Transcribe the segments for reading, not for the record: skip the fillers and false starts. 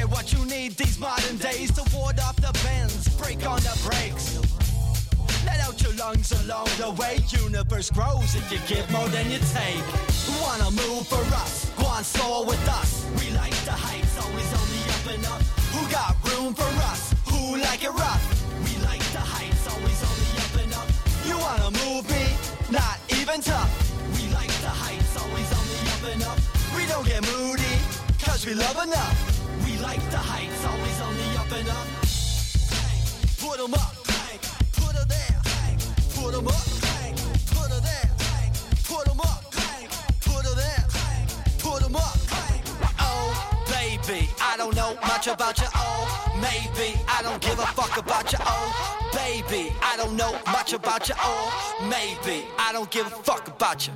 get what you need these modern days to ward off the bends, break on the brakes. Let out your lungs along the way. Universe grows if you give more than you take. Who wanna move for us? Go on slow with us. We like the heights, always only up and up. Who got room for us? Who like it rough? We like the heights, always only up and up. You wanna move me? Not even tough. We like the heights, always only up and up. We don't get moody, cause we love enough. We like the heights, always only up and up. Put 'em up. Put her there, put 'em up, put her there, put 'em up, put her there, put 'em up. Oh, baby, I don't know much about you. Oh, maybe I don't give a fuck about you. Oh, baby, I don't know much about you. Oh, maybe I don't give a fuck about you.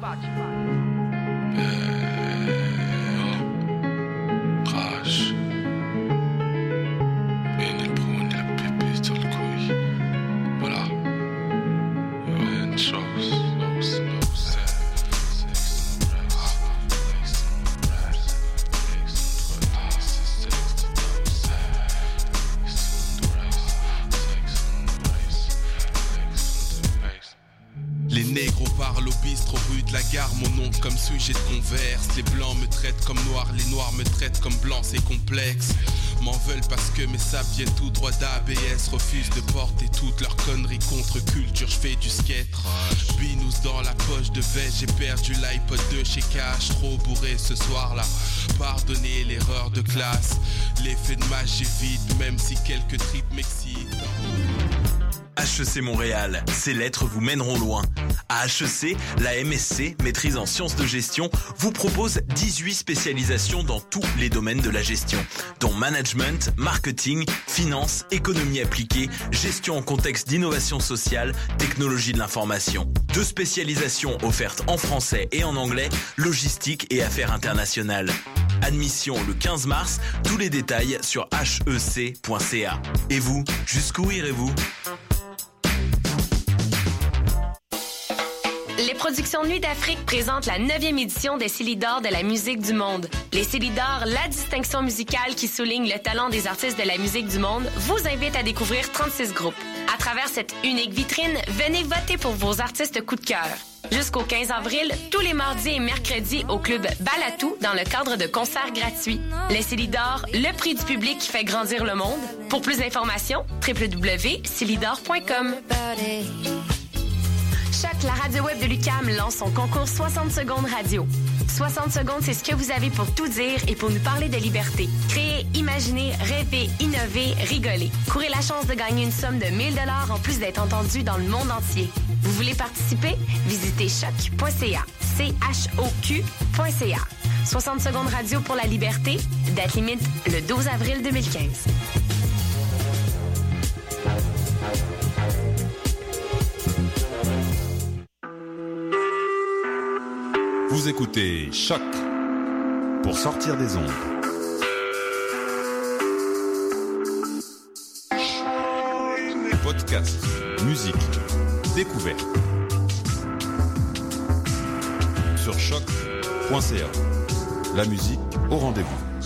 Crash. بين البون لبيبي تلقوي ولا وين شوز Les négros parlent au bistrot rue de la gare, mon nom comme sujet de converse. Les blancs me traitent comme noirs, les noirs me traitent comme blancs, c'est complexe. M'en veulent parce que mes sables viennent tout droit d'ABS. Refusent de porter toutes leurs conneries contre culture, je fais du skate. Binous dans la poche de veste, j'ai perdu l'iPod de chez Cash. Trop bourré ce soir-là, pardonnez l'erreur de classe. L'effet de match j'évite, même si quelques tripes m'excitent. HEC Montréal, ces lettres vous mèneront loin. À HEC, la MSC, maîtrise en sciences de gestion, vous propose 18 spécialisations dans tous les domaines de la gestion, dont management, marketing, finance, économie appliquée, gestion en contexte d'innovation sociale, technologie de l'information. 2 spécialisations offertes en français et en anglais, logistique et affaires internationales. Admission le 15 mars, tous les détails sur hec.ca. Et vous, jusqu'où irez-vous ? Les productions Nuit d'Afrique présentent la 9e édition des Célidors de la musique du monde. Les Célidors, la distinction musicale qui souligne le talent des artistes de la musique du monde, vous invite à découvrir 36 groupes. À travers cette unique vitrine, venez voter pour vos artistes coup de cœur. Jusqu'au 15 avril, tous les mardis et mercredis au club Balatou dans le cadre de concerts gratuits. Les Célidors, le prix du public qui fait grandir le monde. Pour plus d'informations, www.celidor.com. Choc, la radio web de l'UQAM lance son concours 60 secondes radio. 60 secondes, c'est ce que vous avez pour tout dire et pour nous parler de liberté. Créer, imaginer, rêver, innover, rigoler. Courez la chance de gagner une somme de 1 000 $ en plus d'être entendu dans le monde entier. Vous voulez participer? Visitez choc.ca. CHOQ.ca. 60 secondes radio pour la liberté. Date limite le 12 avril 2015. Vous écoutez Choc pour sortir des ondes. Podcast, musique, découverte. Sur choc.ca. La musique au rendez-vous.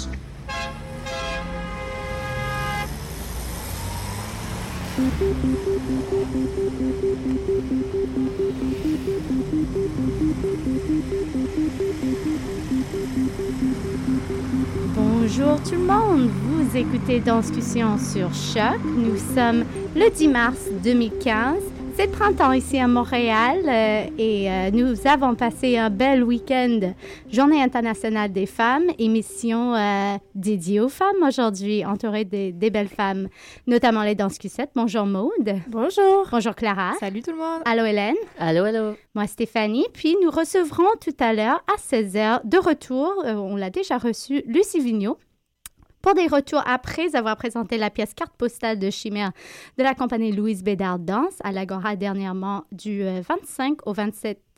Bonjour tout le monde, vous écoutez Danscussion sur Choc. Nous sommes le 10 mars 2015. C'est le printemps ici à Montréal et nous avons passé un bel week-end, Journée internationale des femmes, émission dédiée aux femmes aujourd'hui, entourée des belles femmes, notamment les danscussettes. Bonjour Maude. Bonjour. Bonjour Clara. Salut tout le monde. Allô Hélène. Allô, allô. Moi Stéphanie. Puis nous recevrons tout à l'heure à 16h de retour, on l'a déjà reçu, Lucie Vigneault. Pour des retours après avoir présenté la pièce Carte postale de Chimère de la compagnie Louise Bédard Danse à l'Agora dernièrement du 25 au 27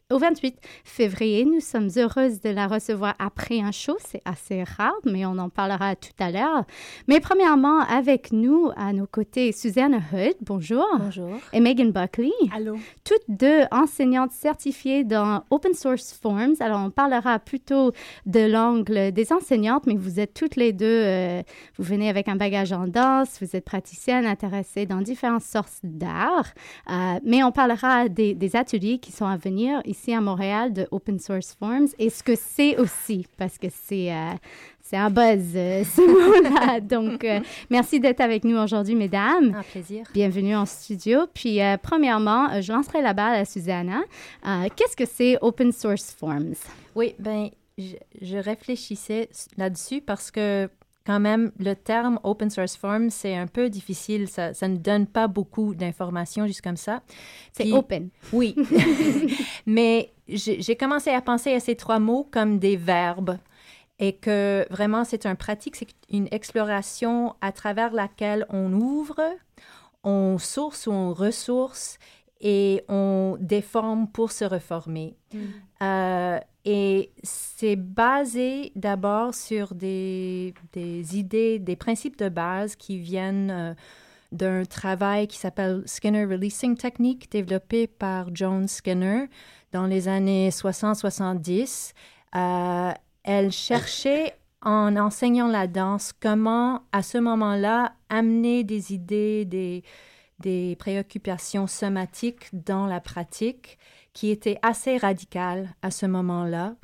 au 28 février. Nous sommes heureuses de la recevoir après un show. C'est assez rare, mais on en parlera tout à l'heure. Mais premièrement, avec nous, à nos côtés, Suzanne Hood, bonjour. Bonjour. Et Megan Buckley. Allô. Toutes deux enseignantes certifiées dans Open Source Forms. Alors, on parlera plutôt de l'angle des enseignantes, mais vous êtes toutes les deux, vous venez avec un bagage en danse, vous êtes praticiennes intéressées dans différentes sortes d'art. Mais on parlera des ateliers qui sont à venir ici à Montréal de Open Source Forms et ce que c'est aussi, parce que c'est un buzz, ce mot-là. Donc, merci d'être avec nous aujourd'hui, mesdames. Un plaisir. Bienvenue en studio. Puis, premièrement, je lancerai la balle à Susanna. Qu'est-ce que c'est Open Source Forms? Oui, bien, je réfléchissais là-dessus parce que quand même, le terme Open Source Forms, c'est un peu difficile. Ça ne donne pas beaucoup d'informations juste comme ça. C'est open. Oui. Mais j'ai commencé à penser à ces trois mots comme des verbes et que vraiment, c'est une pratique, c'est une exploration à travers laquelle on ouvre, on source ou on ressource et on déforme pour se reformer. Et c'est basé d'abord sur des idées, des principes de base qui viennent d'un travail qui s'appelle Skinner Releasing Technique, développé par Joan Skinner dans les années 60-70. Elle cherchait, en enseignant la danse, comment, à ce moment-là, amener des idées, des préoccupations somatiques dans la pratique qui étaient assez radicales à ce moment-là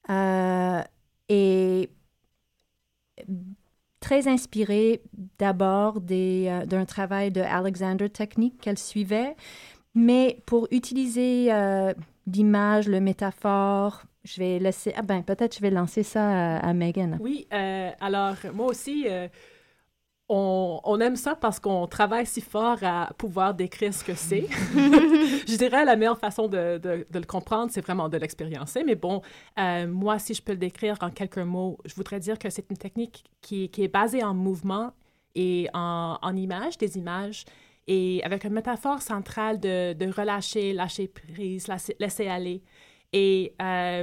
et très inspirée d'abord d'un travail de Alexander Technique qu'elle suivait, mais pour utiliser l'image, le métaphore, je vais laisser... peut-être je vais lancer ça à Megan. Oui, alors moi aussi... On aime ça parce qu'on travaille si fort à pouvoir décrire ce que c'est. Je dirais la meilleure façon de le comprendre, c'est vraiment de l'expériencer. Mais bon, moi, si je peux le décrire en quelques mots, je voudrais dire que c'est une technique qui est basée en mouvement et en images, des images, et avec une métaphore centrale de relâcher, lâcher prise, laisser aller. Et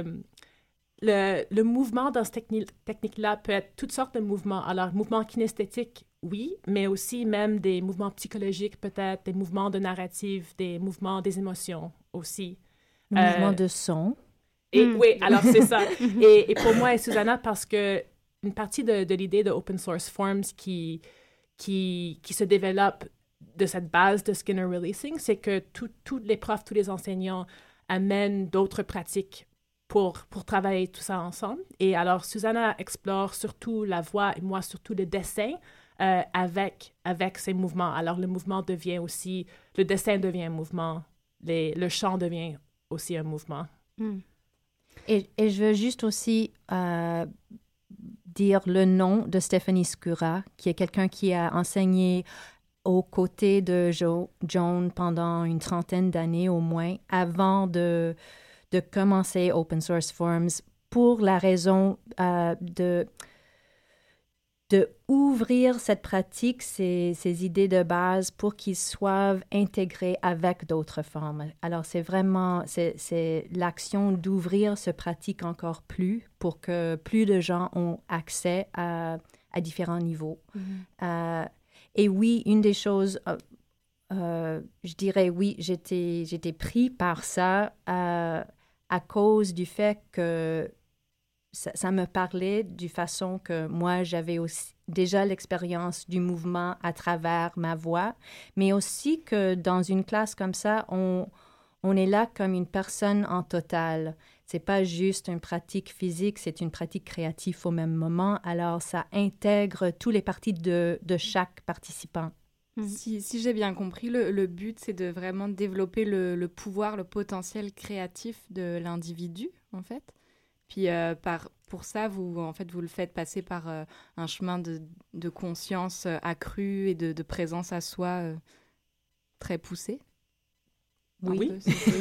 le mouvement dans cette technique-là peut être toutes sortes de mouvements. Alors, mouvements kinesthétiques, oui, mais aussi même des mouvements psychologiques, peut-être, des mouvements de narrative, des mouvements des émotions aussi. Mouvements de son. Et oui, alors c'est ça. Et pour moi et Susanna, parce que une partie de l'idée de Open Source Forms qui se développe de cette base de Skinner Releasing, c'est que tous les profs, tous les enseignants amènent d'autres pratiques pour travailler tout ça ensemble. Et alors, Susanna explore surtout la voix et moi surtout le dessin avec ces mouvements. Alors, le mouvement devient aussi... Le dessin devient un mouvement. Le chant devient aussi un mouvement. Et je veux juste aussi dire le nom de Stephanie Skura, qui est quelqu'un qui a enseigné aux côtés de Joan pendant une trentaine d'années au moins, avant de commencer Open Source Forms, pour la raison de ouvrir cette pratique, ces idées de base, pour qu'ils soient intégrés avec d'autres formes. Alors, c'est vraiment, c'est l'action d'ouvrir ce pratique encore plus pour que plus de gens ont accès à différents niveaux. Et oui, une des choses, je dirais oui, j'étais pris par ça à cause du fait que ça me parlait d'une façon que moi, j'avais aussi déjà l'expérience du mouvement à travers ma voix, mais aussi que dans une classe comme ça, on est là comme une personne en total. C'est pas juste une pratique physique, c'est une pratique créative au même moment. Alors, ça intègre toutes les parties de chaque participant. Si j'ai bien compris, le but, c'est de vraiment développer le pouvoir, le potentiel créatif de l'individu, en fait. Puis pour ça, vous le faites passer par un chemin de conscience accrue et de présence à soi très poussé. Oui.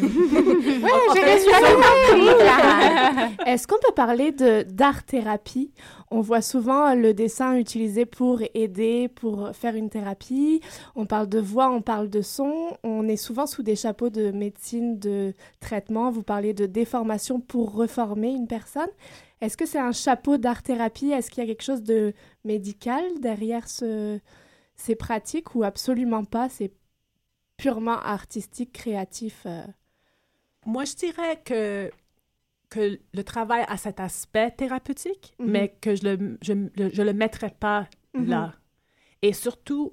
Est-ce qu'on peut parler d'art-thérapie? On voit souvent le dessin utilisé pour aider, pour faire une thérapie. On parle de voix, on parle de son. On est souvent sous des chapeaux de médecine, de traitement. Vous parlez de déformation pour reformer une personne. Est-ce que c'est un chapeau d'art-thérapie? Est-ce qu'il y a quelque chose de médical derrière ces pratiques ou absolument pas? C'est purement artistique, créatif. Moi, je dirais que le travail a cet aspect thérapeutique, mais que je le mettrais pas là. Et surtout,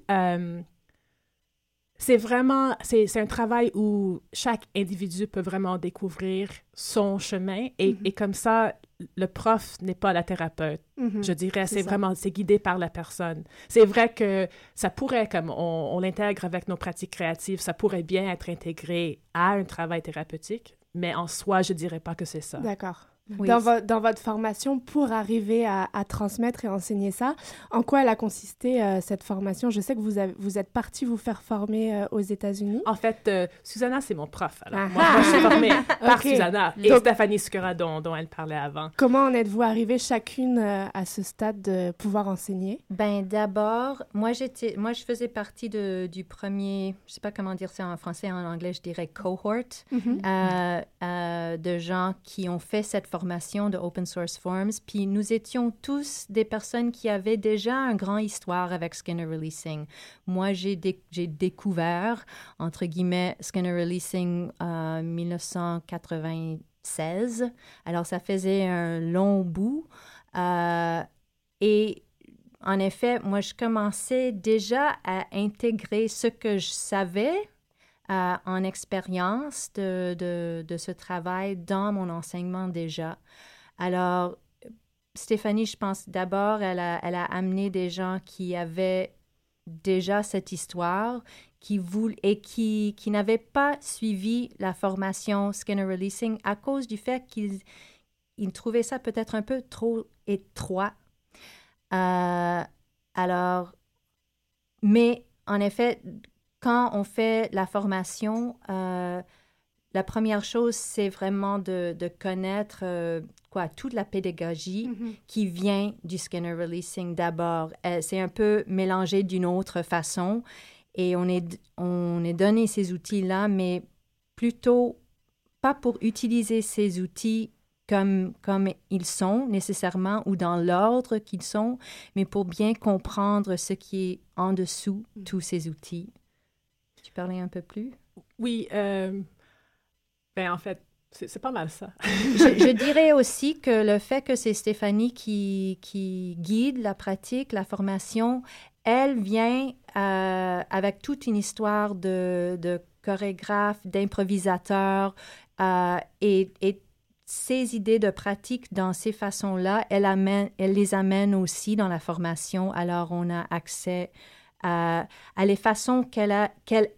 c'est un travail où chaque individu peut vraiment découvrir son chemin et comme ça, le prof n'est pas la thérapeute. Je dirais, c'est guidé par la personne. C'est vrai que ça pourrait, comme on l'intègre avec nos pratiques créatives, ça pourrait bien être intégré à un travail thérapeutique, mais en soi, je dirais pas que c'est ça. D'accord. Oui. Dans votre formation, pour arriver à transmettre et enseigner ça, en quoi elle a consisté, cette formation? Je sais que vous êtes partie vous faire former aux États-Unis. En fait, Susanna, c'est mon prof. Alors, moi, je suis formée par Susanna et Stéphanie Sucura, dont elle parlait avant. Comment en êtes-vous arrivées chacune à ce stade de pouvoir enseigner? Ben d'abord, moi je faisais partie du premier, je sais pas comment dire ça en français, en anglais je dirais cohort, de gens qui ont fait cette formation de Open Source Forms. Puis nous étions tous des personnes qui avaient déjà une grande histoire avec Skinner Releasing. Moi, j'ai découvert, entre guillemets, Skinner Releasing en 1996. Alors, ça faisait un long bout. Et en effet, moi, je commençais déjà à intégrer ce que je savais en expérience de ce travail dans mon enseignement déjà. Alors, Stéphanie, je pense d'abord, elle a amené des gens qui avaient déjà cette histoire qui n'avaient pas suivi la formation Skinner Releasing à cause du fait qu'ils trouvaient ça peut-être un peu trop étroit. Alors, mais en effet, quand on fait la formation, la première chose, c'est vraiment de connaître toute la pédagogie qui vient du Skinner Releasing d'abord. C'est un peu mélangé d'une autre façon et on est donné ces outils-là, mais plutôt pas pour utiliser ces outils comme ils sont nécessairement ou dans l'ordre qu'ils sont, mais pour bien comprendre ce qui est en dessous de tous ces outils. Tu parlais un peu plus? Oui, en fait, c'est pas mal ça. je dirais aussi que le fait que c'est Stéphanie qui guide la pratique, la formation, elle vient avec toute une histoire de chorégraphe, d'improvisateur et ces idées de pratique dans ces façons-là, elle les amène aussi dans la formation. Alors, on a accès à les façons qu'elle a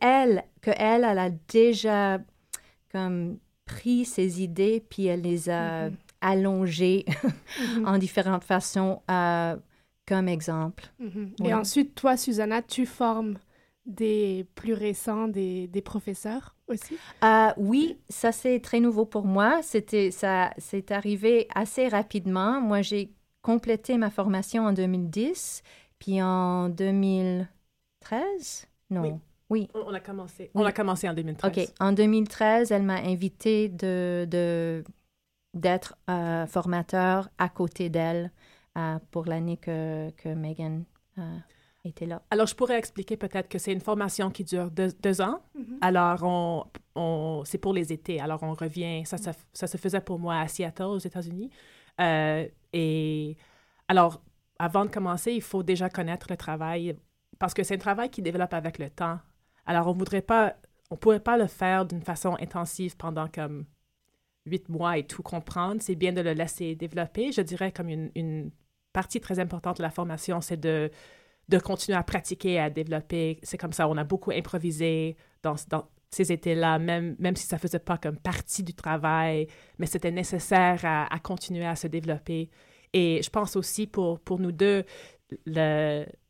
déjà comme pris ces idées, puis elle les a allongées en différentes façons, comme exemple. Et ensuite, toi, Susanna, tu formes des plus récents, des professeurs aussi? Oui, ça c'est très nouveau pour moi. C'est arrivé assez rapidement. Moi, j'ai complété ma formation en 2010, puis en 2013? Non. Oui. On a commencé en 2013. OK. En 2013, elle m'a invitée d'être formateur à côté d'elle pour l'année que Megan était là. Alors, je pourrais expliquer peut-être que c'est une formation qui dure 2 ans. Alors, c'est pour les étés. Alors, on revient... Ça se faisait pour moi à Seattle, aux États-Unis. Et alors, avant de commencer, il faut déjà connaître le travail parce que c'est un travail qui développe avec le temps. Alors, on pourrait pas le faire d'une façon intensive pendant comme 8 mois et tout comprendre. C'est bien de le laisser développer. Je dirais comme une partie très importante de la formation, c'est de continuer à pratiquer, à développer. C'est comme ça, on a beaucoup improvisé dans ces étés-là, même si ça ne faisait pas comme partie du travail, mais c'était nécessaire à continuer à se développer. Et je pense aussi pour nous deux,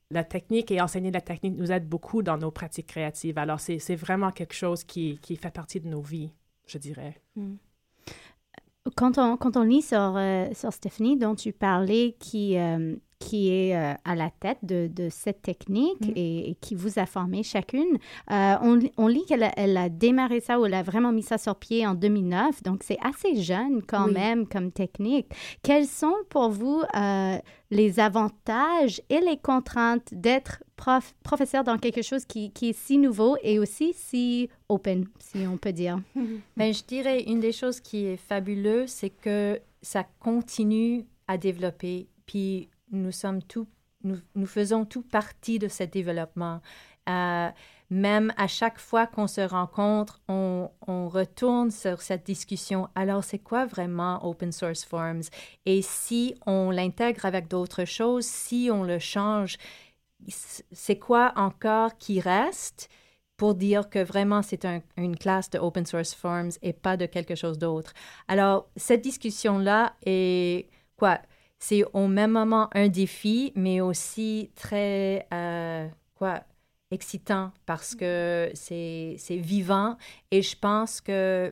la technique et enseigner la technique nous aide beaucoup dans nos pratiques créatives. Alors, c'est vraiment quelque chose qui fait partie de nos vies, je dirais. Quand on lit sur Stéphanie, dont tu parlais, qui est à la tête de cette technique et qui vous a formé chacune, on lit qu'elle a démarré ça ou elle a vraiment mis ça sur pied en 2009, donc c'est assez jeune quand même comme technique. Quels sont pour vous les avantages et les contraintes d'être professeur dans quelque chose qui est si nouveau et aussi si open, si on peut dire? Ben, je dirais une des choses qui est fabuleuse, c'est que ça continue à développer, puis nous faisons tout partie de ce développement. Même à chaque fois qu'on se rencontre, on retourne sur cette discussion. Alors, c'est quoi vraiment Open Source Forms? Et si on l'intègre avec d'autres choses, si on le change, c'est quoi encore qui reste pour dire que vraiment c'est une classe de Open Source Forms et pas de quelque chose d'autre? Alors, cette discussion-là est quoi? C'est au même moment un défi, mais aussi très, excitant parce que c'est vivant. Et je pense que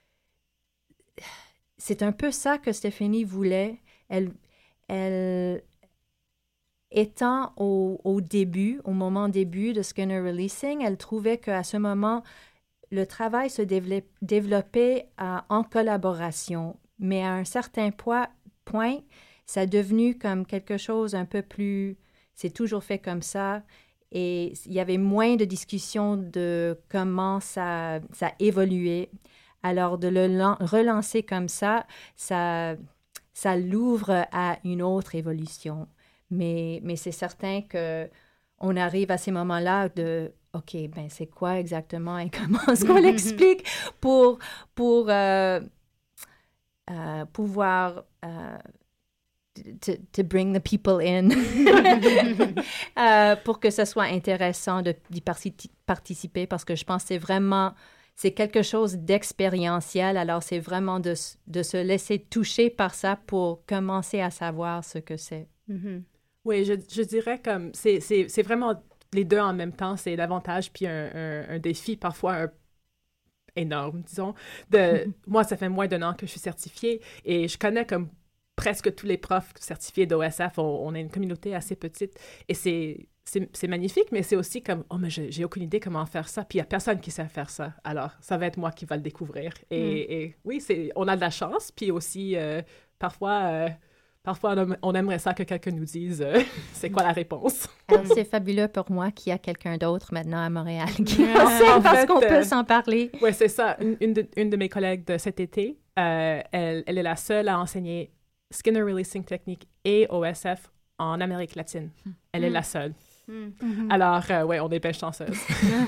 c'est un peu ça que Stéphanie voulait. Elle étant au début, au moment début de Skinner Releasing, elle trouvait qu'à ce moment, le travail se développait en collaboration. Mais à un certain point, ça est devenu comme quelque chose un peu plus... C'est toujours fait comme ça. Et il y avait moins de discussions de comment ça évoluait. Alors, de le relancer comme ça l'ouvre à une autre évolution. Mais c'est certain qu'on arrive à ces moments-là de OK, ben c'est quoi exactement et comment est-ce qu'on l'explique pour pouvoir to bring the people in pour que ce soit intéressant d'y participer parce que je pense que c'est quelque chose d'expérientiel. Alors, c'est vraiment de se laisser toucher par ça pour commencer à savoir ce que c'est. Oui, je dirais comme c'est vraiment les deux en même temps, c'est l'avantage puis un défi parfois énorme, disons. Moi, ça fait moins d'1 an que je suis certifiée et je connais comme presque tous les profs certifiés d'OSF. On a une communauté assez petite et c'est magnifique, mais c'est aussi comme, oh, mais j'ai aucune idée comment faire ça, puis il n'y a personne qui sait faire ça. Alors, ça va être moi qui va le découvrir. Et oui, on a de la chance, puis aussi, parfois, on aimerait ça que quelqu'un nous dise c'est quoi la réponse. Alors, c'est fabuleux pour moi qu'il y a quelqu'un d'autre maintenant à Montréal qui enseigne parce qu'on peut s'en parler. Oui, c'est ça. Une de mes collègues de cet été, elle est la seule à enseigner Skinner Releasing Technique et OSF en Amérique latine. Elle est la seule. Alors, oui, on est bien chanceuses.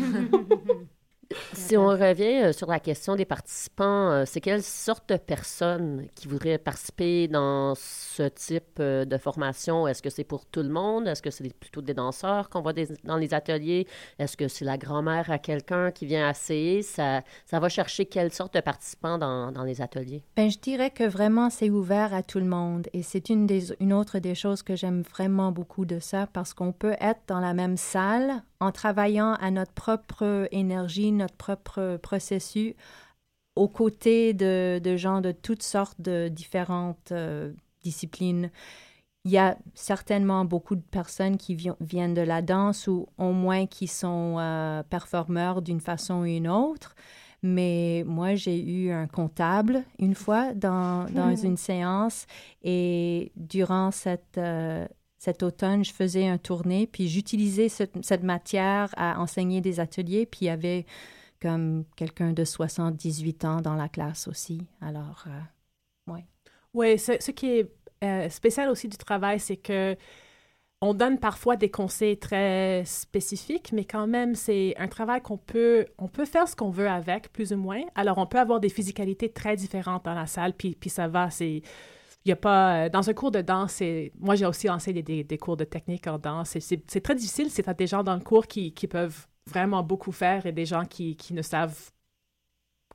Si on revient sur la question des participants, c'est quelle sorte de personnes qui voudraient participer dans ce type de formation? Est-ce que c'est pour tout le monde? Est-ce que c'est plutôt des danseurs qu'on voit dans les ateliers? Est-ce que c'est la grand-mère à quelqu'un qui vient essayer? Ça va chercher quelle sorte de participants dans les ateliers? Bien, je dirais que vraiment, c'est ouvert à tout le monde. Et c'est une autre des choses que j'aime vraiment beaucoup de ça, parce qu'on peut être dans la même salle en travaillant à notre propre énergie, notre propre processus, aux côtés de gens de toutes sortes de différentes disciplines. Il y a certainement beaucoup de personnes qui viennent de la danse ou au moins qui sont performeurs d'une façon ou une autre. Mais moi, j'ai eu un comptable une fois dans une séance et durant cet automne, je faisais un tournée, puis j'utilisais cette matière à enseigner des ateliers, puis il y avait comme quelqu'un de 78 ans dans la classe aussi. Alors, oui. Oui, ce qui est spécial aussi du travail, c'est que on donne parfois des conseils très spécifiques, mais quand même, c'est un travail on peut faire ce qu'on veut avec, plus ou moins. Alors, on peut avoir des physicalités très différentes dans la salle, puis ça va, il n'y a pas... Dans un cours de danse, moi, j'ai aussi enseigné des cours de technique en danse. C'est très difficile. C'est des gens dans le cours qui peuvent vraiment beaucoup faire et des gens qui ne savent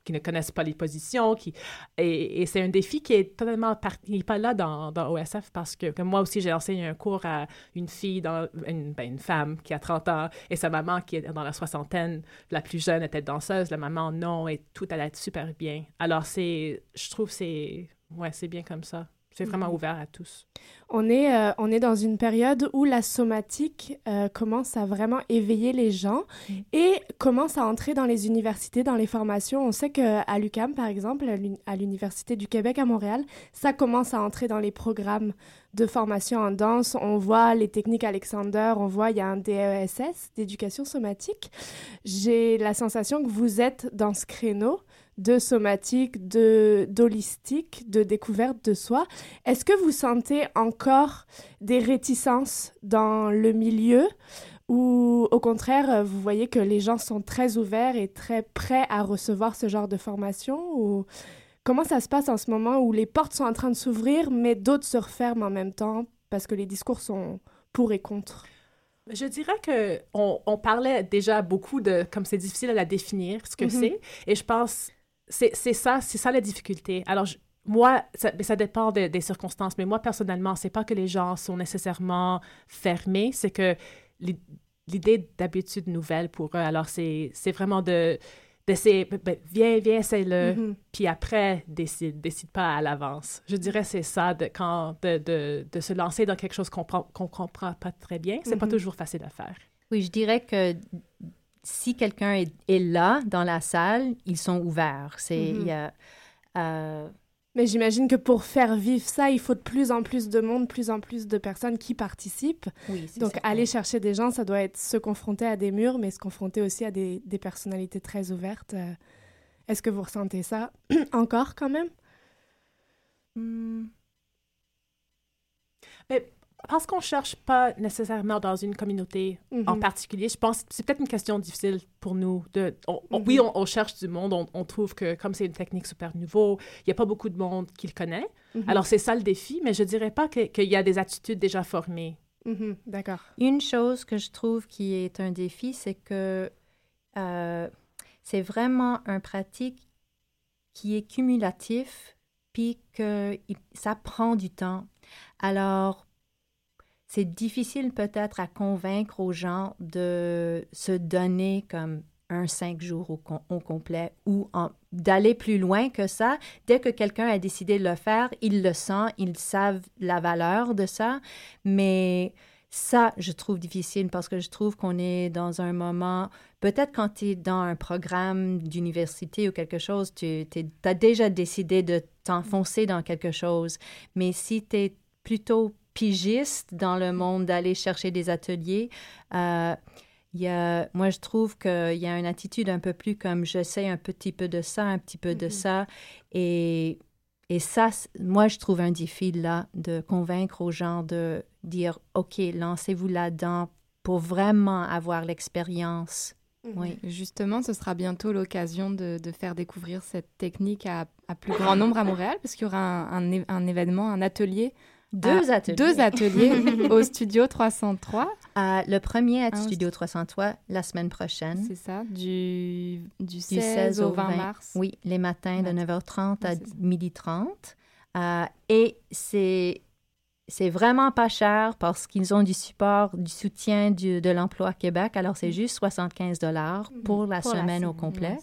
ne connaissent pas les positions. Et c'est un défi qui est totalement il n'est pas là dans OSF parce que comme moi aussi, j'ai enseigné un cours à une fille, une femme qui a 30 ans et sa maman qui est dans la soixantaine. La plus jeune était danseuse, la maman non, et tout allait super bien. Alors, je trouve que c'est bien comme ça. C'est vraiment ouvert à tous. On est dans une période où la somatique commence à vraiment éveiller les gens et commence à entrer dans les universités, dans les formations. On sait qu'à l'UQAM, par exemple, à l'Université du Québec à Montréal, ça commence à entrer dans les programmes de formation en danse. On voit les techniques Alexander, il y a un DESS, d'éducation somatique. J'ai la sensation que vous êtes dans ce créneau de somatique, d'holistique, de découverte de soi. Est-ce que vous sentez encore des réticences dans le milieu ou au contraire, vous voyez que les gens sont très ouverts et très prêts à recevoir ce genre de formation ou comment ça se passe en ce moment où les portes sont en train de s'ouvrir mais d'autres se referment en même temps parce que les discours sont pour et contre? Je dirais qu'on parlait déjà beaucoup de comme c'est difficile à la définir, ce que c'est. Et je pense c'est ça la difficulté. Alors, moi, ça dépend des circonstances, mais moi, personnellement, c'est pas que les gens sont nécessairement fermés, c'est que l'idée d'habitude nouvelle pour eux, alors c'est vraiment d'essayer, viens, essaye-le, puis après, décide pas à l'avance. Je dirais c'est ça, de se lancer dans quelque chose qu'on comprend pas très bien, c'est pas toujours facile à faire. Oui, je dirais que si quelqu'un est là, dans la salle, ils sont ouverts. Mais j'imagine que pour faire vivre ça, il faut de plus en plus de monde, plus en plus de personnes qui participent. Oui, c'est donc, certain. aller chercher des gens, ça doit être se confronter à des murs, mais se confronter aussi à des personnalités très ouvertes. Est-ce que vous ressentez ça encore quand même? Mais parce qu'on ne cherche pas nécessairement dans une communauté en particulier, je pense que c'est peut-être une question difficile pour nous. Oui, on cherche du monde, on trouve que comme c'est une technique super nouveau, il n'y a pas beaucoup de monde qui le connaît. Alors, c'est ça le défi, mais je ne dirais pas qu'il y a des attitudes déjà formées. D'accord. Une chose que je trouve qui est un défi, c'est que c'est vraiment une pratique qui est cumulatif, puis que ça prend du temps. Alors, c'est difficile peut-être à convaincre aux gens de se donner comme 5 jours au complet ou d'aller plus loin que ça. Dès que quelqu'un a décidé de le faire, ils le sentent, ils savent la valeur de ça. Mais ça, je trouve difficile parce que je trouve qu'on est dans un moment... Peut-être quand tu es dans un programme d'université ou quelque chose, tu as déjà décidé de t'enfoncer dans quelque chose. Mais si tu es plutôt pigiste dans le monde d'aller chercher des ateliers, moi, je trouve qu'il y a une attitude un peu plus comme j'essaie un petit peu de ça, un petit peu de ça. Et ça, moi, je trouve un défi là de convaincre aux gens de dire « OK, lancez-vous là-dedans pour vraiment avoir l'expérience. » Oui. Justement, ce sera bientôt l'occasion de faire découvrir cette technique à plus grand nombre à Montréal parce qu'il y aura un événement, un atelier. Deux ateliers au Studio 303. Le premier à Studio 303 la semaine prochaine. C'est ça, du 16 au 20 mars. Oui, les matins de 9h30 à 12h30. Et c'est vraiment pas cher parce qu'ils ont du soutien de l'Emploi Québec. Alors, c'est juste 75 $ pour la semaine au complet.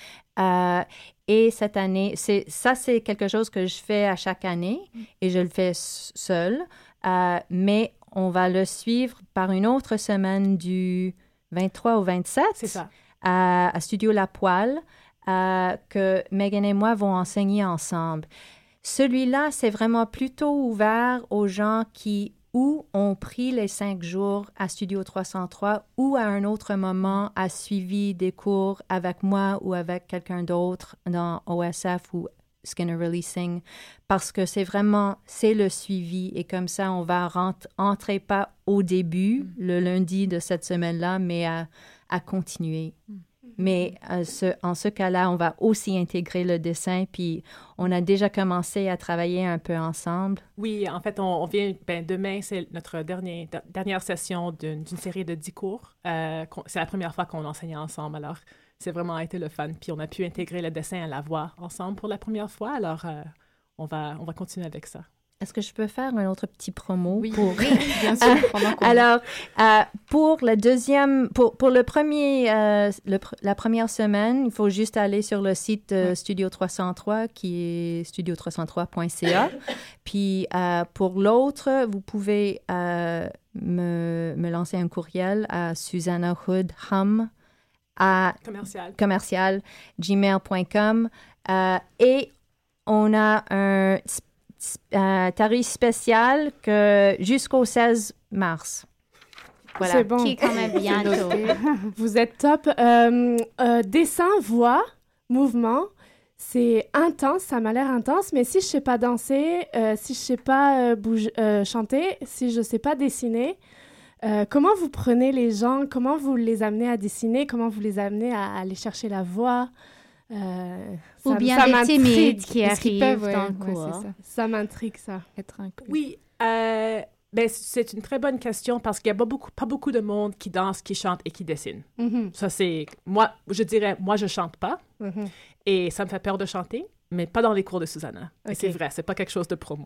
Et cette année, c'est quelque chose que je fais à chaque année et je le fais seule. Mais on va le suivre par une autre semaine du 23 au 27. C'est ça. À Studio La Poêle, que Megan et moi vont enseigner ensemble. Celui-là, c'est vraiment plutôt ouvert aux gens qui ou ont pris les 5 jours à Studio 303 ou à un autre moment a suivi des cours avec moi ou avec quelqu'un d'autre dans OSF ou Skinner Releasing, parce que c'est le suivi et comme ça, on va entrer pas au début, le lundi de cette semaine-là, mais à continuer. Mais en ce cas-là, on va aussi intégrer le dessin, puis on a déjà commencé à travailler un peu ensemble. Oui, en fait, on vient, demain, c'est notre dernière session d'une série de 10 cours. C'est la première fois qu'on enseigne ensemble, alors c'est vraiment été le fun. Puis on a pu intégrer le dessin à la voix ensemble pour la première fois. Alors, on va continuer avec ça. Est-ce que je peux faire un autre petit promo? Oui, pour... bien sûr. Alors, pour le deuxième, pour le premier, la première semaine, il faut juste aller sur le site Studio 303, qui est studio303.ca. Puis, pour l'autre, vous pouvez me lancer un courriel à Susanna Hood Hum à commercial gmail.com. Et on a un tarif spécial jusqu'au 16 mars. Voilà. C'est bon. Qui est quand même bientôt. Vous êtes top. Dessin, voix, mouvement, c'est intense, ça m'a l'air intense, mais si je ne sais pas danser, si je ne sais pas chanter, si je ne sais pas dessiner, comment vous prenez les gens, comment vous les amenez à dessiner, comment vous les amenez à aller chercher la voix ou bien les timides qui arrivent dans le cours. Ça m'intrigue, ça. Être inclus. Oui, c'est une très bonne question parce qu'il n'y a pas beaucoup de monde qui danse, qui chante et qui dessine. Mm-hmm. Ça, c'est... Moi, je dirais, je ne chante pas et ça me fait peur de chanter, mais pas dans les cours de Susanna. Okay. Et c'est vrai, ce n'est pas quelque chose de promo.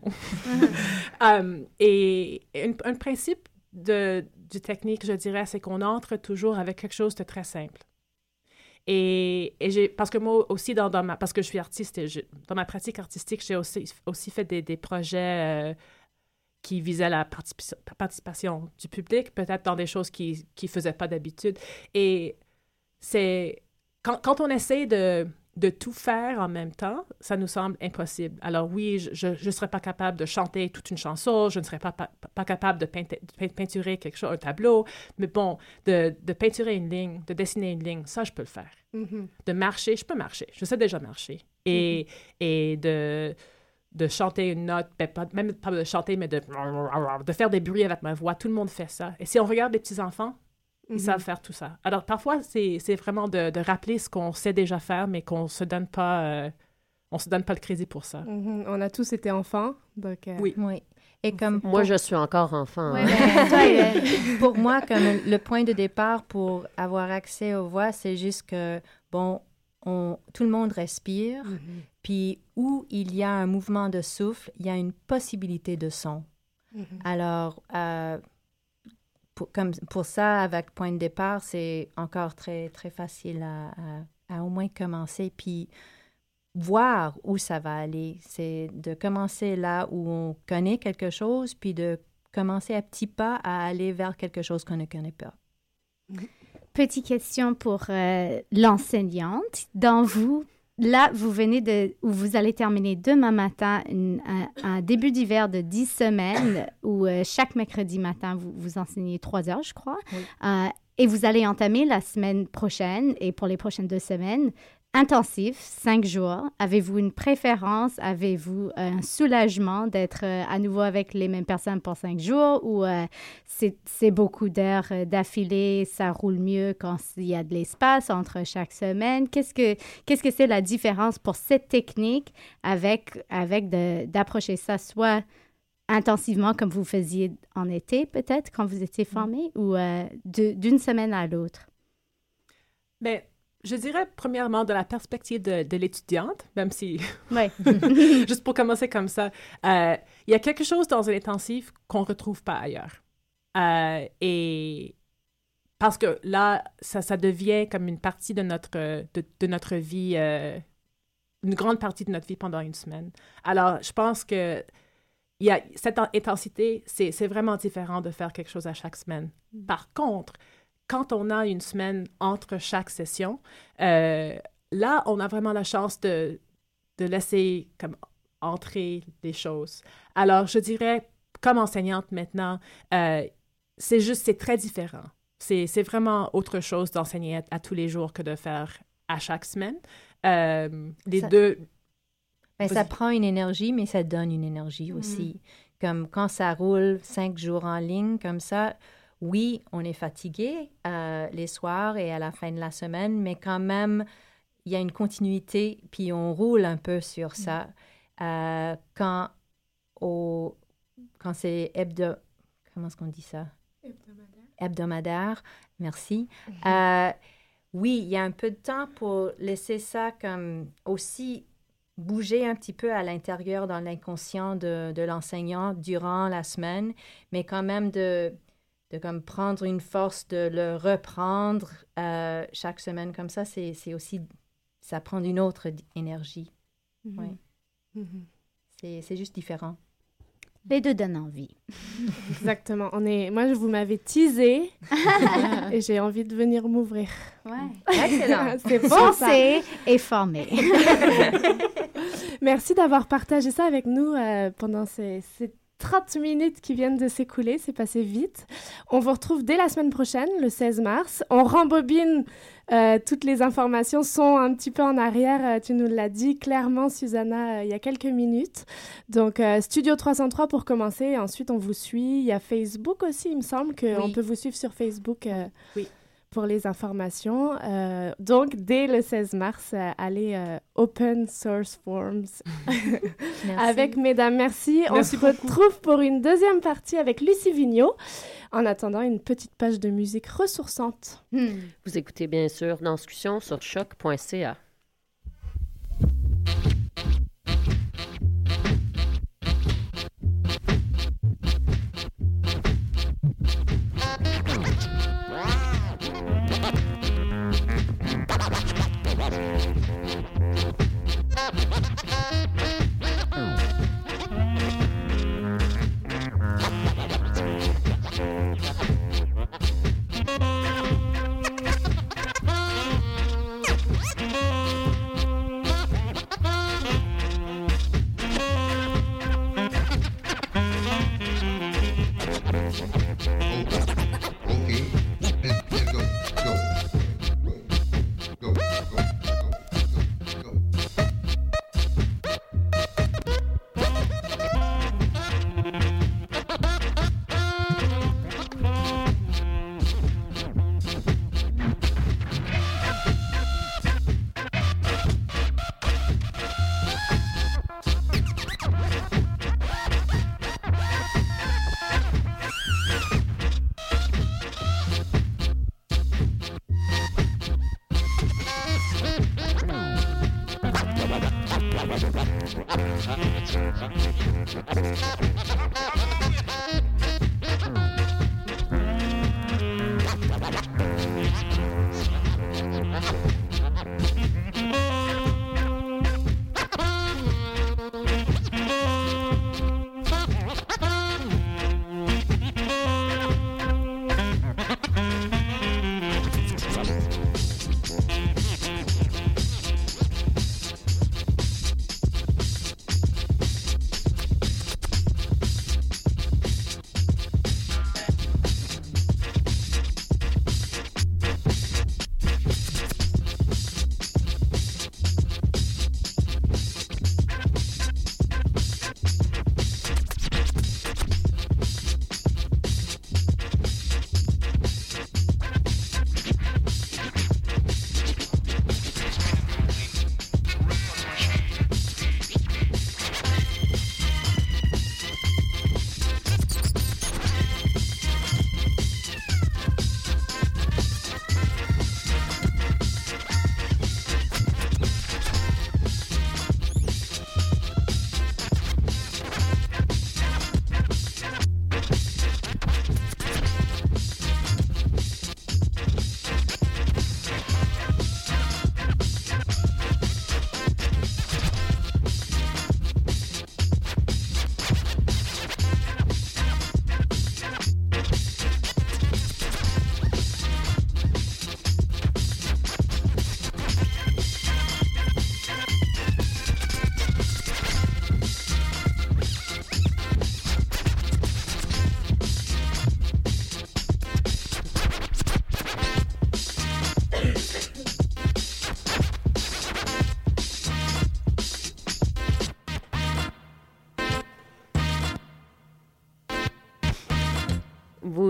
Et un principe du technique, je dirais, c'est qu'on entre toujours avec quelque chose de très simple. Et parce que moi aussi, parce que je suis artiste, dans ma pratique artistique, j'ai aussi fait des projets qui visaient la participation du public, peut-être dans des choses qu'ils ne faisaient pas d'habitude. Et c'est... Quand on essaie de tout faire en même temps, ça nous semble impossible. Alors oui, je ne serais pas capable de chanter toute une chanson, je ne serais pas capable de peinturer quelque chose, un tableau, mais bon, de peinturer une ligne, de dessiner une ligne, ça, je peux le faire. Mm-hmm. De marcher, je peux marcher, je sais déjà marcher. Et de chanter une note, même pas de chanter, mais de faire des bruits avec ma voix, tout le monde fait ça. Et si on regarde les petits-enfants, ils savent faire tout ça. Alors, parfois, c'est vraiment de rappeler ce qu'on sait déjà faire, mais qu'on se donne pas le crédit pour ça. Mm-hmm. On a tous été enfants, donc... Oui. Et comme moi, je suis encore enfant. Ouais, pour moi, comme le point de départ pour avoir accès aux voix, c'est juste que, bon, tout le monde respire, puis où il y a un mouvement de souffle, il y a une possibilité de son. Alors... Pour ça, avec point de départ, c'est encore très, très facile à au moins commencer, puis voir où ça va aller. C'est de commencer là où on connaît quelque chose, puis de commencer à petits pas à aller vers quelque chose qu'on ne connaît pas. Petite question pour l'enseignante. Dans vous, là, vous allez terminer demain matin un début d'hiver de 10 semaines où chaque mercredi matin, vous enseignez 3 heures, je crois. Oui. Et vous allez entamer la semaine prochaine et pour les prochaines 2 semaines, intensif, 5 jours. Avez-vous une préférence? Avez-vous un soulagement d'être à nouveau avec les mêmes personnes pour 5 jours ou c'est beaucoup d'heures d'affilée, ça roule mieux quand il y a de l'espace entre chaque semaine? Qu'est-ce que c'est la différence pour cette technique avec d'approcher ça soit intensivement comme vous faisiez en été peut-être quand vous étiez formé ou d'une semaine à l'autre? Bien, je dirais, premièrement, de la perspective de l'étudiante, même si... Ouais. Juste pour commencer comme ça, il y a quelque chose dans un intensif qu'on ne retrouve pas ailleurs. Et parce que là, ça devient comme une partie de notre vie, une grande partie de notre vie pendant une semaine. Alors, je pense que il y a cette intensité, c'est vraiment différent de faire quelque chose à chaque semaine. Par contre, quand on a une semaine entre chaque session, là, on a vraiment la chance de laisser comme entrer les choses. Alors, je dirais, comme enseignante maintenant, c'est très différent. C'est vraiment autre chose d'enseigner à tous les jours que de faire à chaque semaine. Deux... Ben, ça prend une énergie, mais ça donne une énergie aussi. Comme quand ça roule 5 jours en ligne, comme ça... Oui, on est fatigué les soirs et à la fin de la semaine, mais quand même, il y a une continuité, puis on roule un peu sur ça. Quand c'est comment est-ce qu'on dit ça? Hebdomadaire, merci. oui, il y a un peu de temps pour laisser ça comme aussi bouger un petit peu à l'intérieur dans l'inconscient de l'enseignant durant la semaine, mais quand même de comme prendre une force, de le reprendre chaque semaine comme ça, c'est aussi, ça prend une autre énergie. Oui. C'est juste différent. Les deux donnent envie. Exactement. Moi, vous m'avez teasé et j'ai envie de venir m'ouvrir. Ouais. Excellent. C'est bon, Pensez et formez. Merci d'avoir partagé ça avec nous pendant ces 30 minutes qui viennent de s'écouler. C'est passé vite. On vous retrouve dès la semaine prochaine, le 16 mars. On rembobine. Toutes les informations sont un petit peu en arrière. Tu nous l'as dit clairement, Susanna, il y a quelques minutes. Donc, Studio 303 pour commencer. Et ensuite, on vous suit. Il y a Facebook aussi, il me semble qu'on peut vous suivre sur Facebook. Pour les informations. Donc, dès le 16 mars, allez Open Source Forms avec mesdames. Merci. On se retrouve pour une deuxième partie avec Lucie Vigneault. En attendant, une petite page de musique ressourçante. Vous écoutez bien sûr Danscussion sur choc.ca.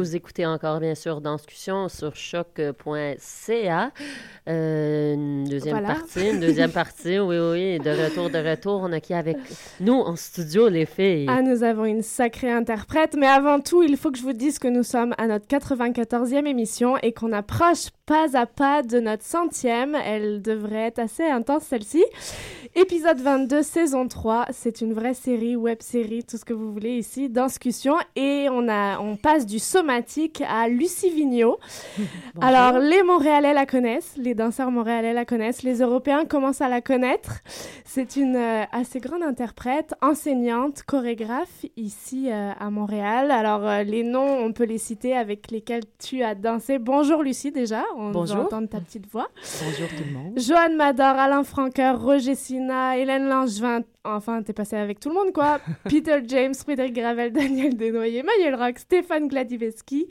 Vous écoutez encore, bien sûr, Danscussion sur choc.ca. Une deuxième partie, oui. De retour, on a qui avec nous en studio, les filles? Nous avons une sacrée interprète, mais avant tout, il faut que je vous dise que nous sommes à notre 94e émission et qu'on approche pas à pas de notre 100e. Elle devrait être assez intense, celle-ci. Épisode 22, saison 3. C'est une vraie série, web-série, tout ce que vous voulez ici, Danscussion. Et on passe du somatique à Lucie Vigneault. Alors, les Montréalais la connaissent, les danseurs montréalais la connaissent, les Européens commencent à la connaître. C'est une assez grande interprète, enseignante, chorégraphe ici à Montréal. Alors, les noms, on peut les citer avec lesquels tu as dansé. Bonjour Lucie, déjà. On va entendre ta petite voix. Bonjour tout le monde. Joanne Mador, Alain Franqueur, Roger Sina, Hélène Langevin. Enfin, t'es passé avec tout le monde, quoi. Peter James, Frédéric Gravel, Daniel Desnoyers, Manuel Roch, Stéphane Gladizewski,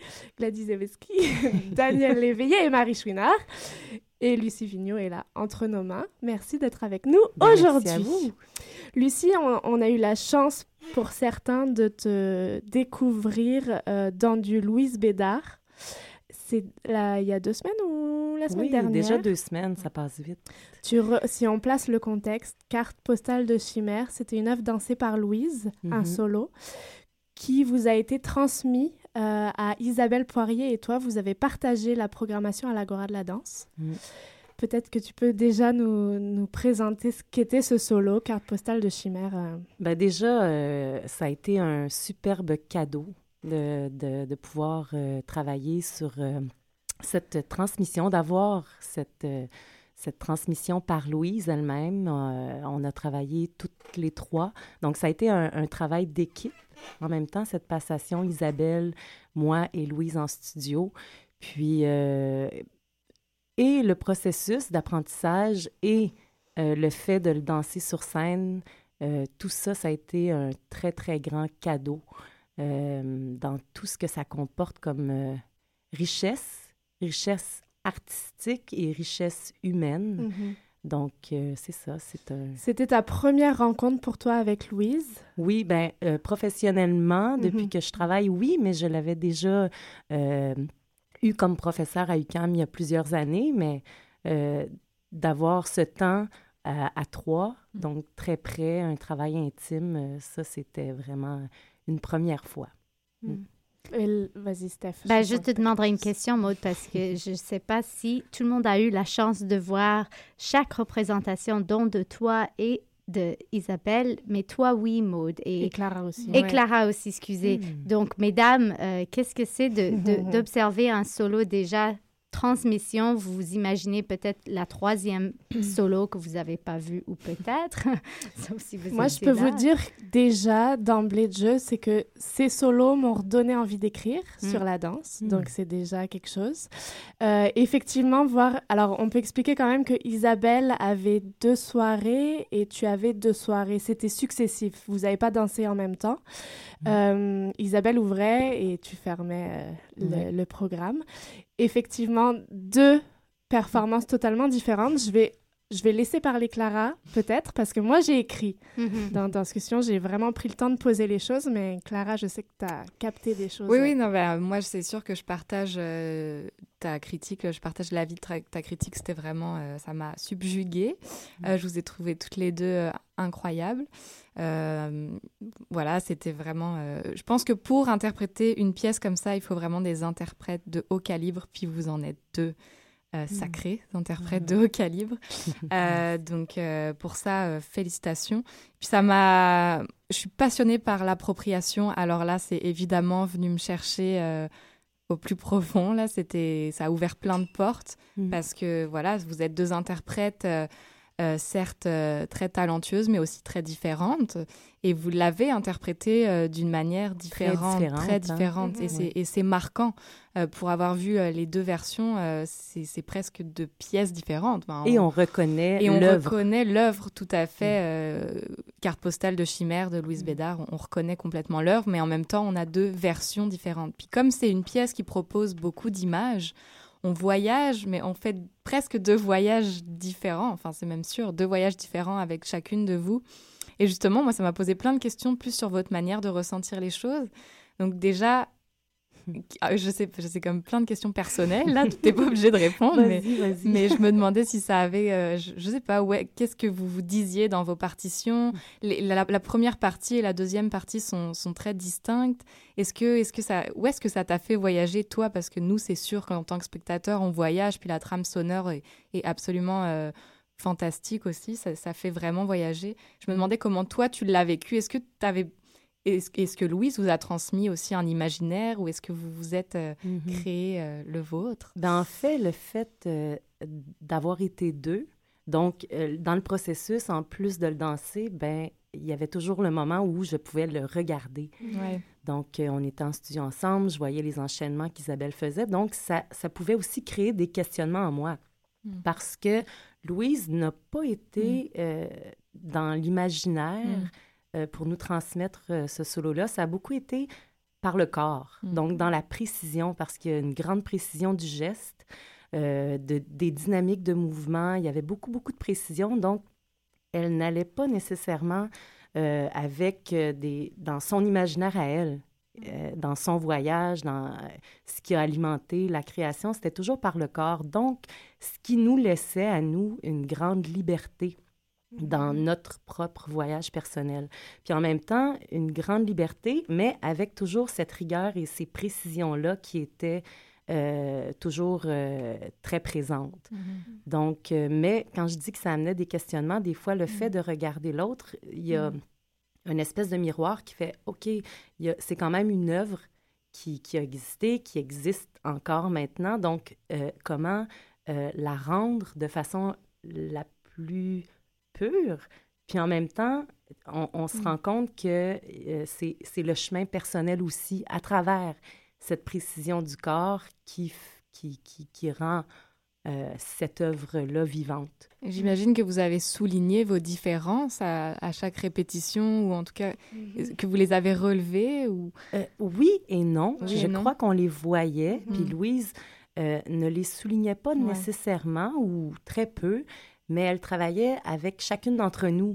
Daniel Léveillé et Marie Chouinard. Et Lucie Vigneault est là, entre nos mains. Merci d'être avec nous aujourd'hui. Merci à vous. Lucie, on a eu la chance, pour certains, de te découvrir dans du Louise Bédard. C'est il y a 2 semaines ou la semaine dernière? Oui, déjà 2 semaines, ça passe vite. Si on place le contexte, Carte postale de chimère, c'était une œuvre dansée par Louise, un solo, qui vous a été transmis à Isabelle Poirier et toi. Vous avez partagé la programmation à l'Agora de la danse. Peut-être que tu peux déjà nous présenter ce qu'était ce solo, Carte postale de chimère. Déjà, ça a été un superbe cadeau de pouvoir travailler sur cette transmission, d'avoir cette transmission par Louise elle-même. On a travaillé toutes les 3. Donc, ça a été un travail d'équipe. En même temps, cette passation, Isabelle, moi et Louise en studio. Puis, et le processus d'apprentissage et le fait de le danser sur scène, tout ça, ça a été un très, très grand cadeau dans tout ce que ça comporte comme richesse artistique et richesse humaine. Donc, c'est ça. C'était ta première rencontre pour toi avec Louise? Oui, professionnellement, depuis que je travaille, oui, mais je l'avais déjà eu comme professeur à UQAM il y a plusieurs années, mais d'avoir ce temps à 3, donc très près, un travail intime, ça, c'était vraiment une première fois. Vas-y, Steph. Je te demanderai une question, Maude, parce que je ne sais pas si tout le monde a eu la chance de voir chaque représentation, dont de toi et de Isabelle, mais toi, oui, Maude. Et Clara aussi. Et Clara aussi, excusez. Donc, mesdames, qu'est-ce que c'est d'observer un solo déjà transmission? Vous imaginez peut-être la 3e solo que vous n'avez pas vu, ou peut-être. Moi, je peux vous dire déjà, d'emblée de jeu, c'est que ces solos m'ont redonné envie d'écrire sur la danse. Donc, c'est déjà quelque chose. Effectivement, alors, on peut expliquer quand même que Isabelle avait 2 soirées et tu avais 2 soirées. C'était successif. Vous n'avez pas dansé en même temps. Isabelle ouvrait et tu fermais le programme. Effectivement, 2 performances totalement différentes. Je vais laisser parler Clara, peut-être, parce que moi, j'ai écrit dans Danscussion. J'ai vraiment pris le temps de poser les choses, mais Clara, je sais que tu as capté des choses. Oui, non, moi, c'est sûr que je partage ta critique, je partage l'avis de ta critique. C'était vraiment, ça m'a subjuguée. Je vous ai trouvées toutes les 2 incroyables. Voilà, c'était vraiment... je pense que pour interpréter une pièce comme ça, il faut vraiment des interprètes de haut calibre, puis vous en êtes 2 sacrés interprètes de haut calibre. Donc, pour ça, félicitations. Puis je suis passionnée par l'appropriation. Alors là, c'est évidemment venu me chercher au plus profond. Là, ça a ouvert plein de portes parce que, voilà, vous êtes 2 interprètes... certes très talentueuses, mais aussi très différentes. Et vous l'avez interprétée d'une manière très différente. Et c'est marquant. Pour avoir vu les 2 versions, c'est presque 2 pièces différentes. Et on reconnaît l'œuvre. On reconnaît l'œuvre tout à fait. Carte postale de chimère de Louise Bédard, on reconnaît complètement l'œuvre, mais en même temps, on a 2 versions différentes. Puis comme c'est une pièce qui propose beaucoup d'images, on voyage, mais on fait presque 2 voyages différents. Enfin, c'est même sûr, 2 voyages différents avec chacune de vous. Et justement, moi, ça m'a posé plein de questions plus sur votre manière de ressentir les choses. Donc déjà, Je sais comme plein de questions personnelles, là, tu n'es pas obligé de répondre, Vas-y. mais je me demandais si ça avait, je sais pas, qu'est-ce que vous vous disiez dans vos partitions. La première partie et la deuxième partie sont très distinctes. Où est-ce que ça t'a fait voyager, toi? Parce que nous, c'est sûr qu'en tant que spectateur, on voyage, puis la trame sonore est absolument fantastique aussi, ça fait vraiment voyager. Je me demandais comment toi, tu l'as vécu. Est-ce que Louise vous a transmis aussi un imaginaire ou est-ce que vous vous êtes créé le vôtre? En fait, le fait d'avoir été deux, donc dans le processus, en plus de le danser, il y avait toujours le moment où je pouvais le regarder. Ouais. Donc, on était en studio ensemble, je voyais les enchaînements qu'Isabelle faisait. Donc, ça pouvait aussi créer des questionnements en moi. Parce que Louise n'a pas été dans l'imaginaire pour nous transmettre ce solo-là. Ça a beaucoup été par le corps, donc dans la précision, parce qu'il y a une grande précision du geste, des dynamiques de mouvement. Il y avait beaucoup de précision. Donc, elle n'allait pas nécessairement avec dans son imaginaire à elle. Dans son voyage, dans ce qui a alimenté la création, c'était toujours par le corps. Donc, ce qui nous laissait à nous une grande liberté dans notre propre voyage personnel. Puis en même temps, une grande liberté, mais avec toujours cette rigueur et ces précisions-là qui étaient toujours très présentes. Donc, mais quand je dis que ça amenait des questionnements, des fois, le fait de regarder l'autre, il y a une espèce de miroir qui fait, OK, c'est quand même une œuvre qui a existé, qui existe encore maintenant. Donc, comment la rendre de façon la plus pure? Puis en même temps, on se rend compte que c'est le chemin personnel aussi, à travers cette précision du corps qui rend cette œuvre-là vivante. J'imagine que vous avez souligné vos différences à chaque répétition, ou en tout cas, que vous les avez relevées? Ou... oui et non. Je crois qu'on les voyait, puis Louise ne les soulignait pas nécessairement, ou très peu, mais elle travaillait avec chacune d'entre nous,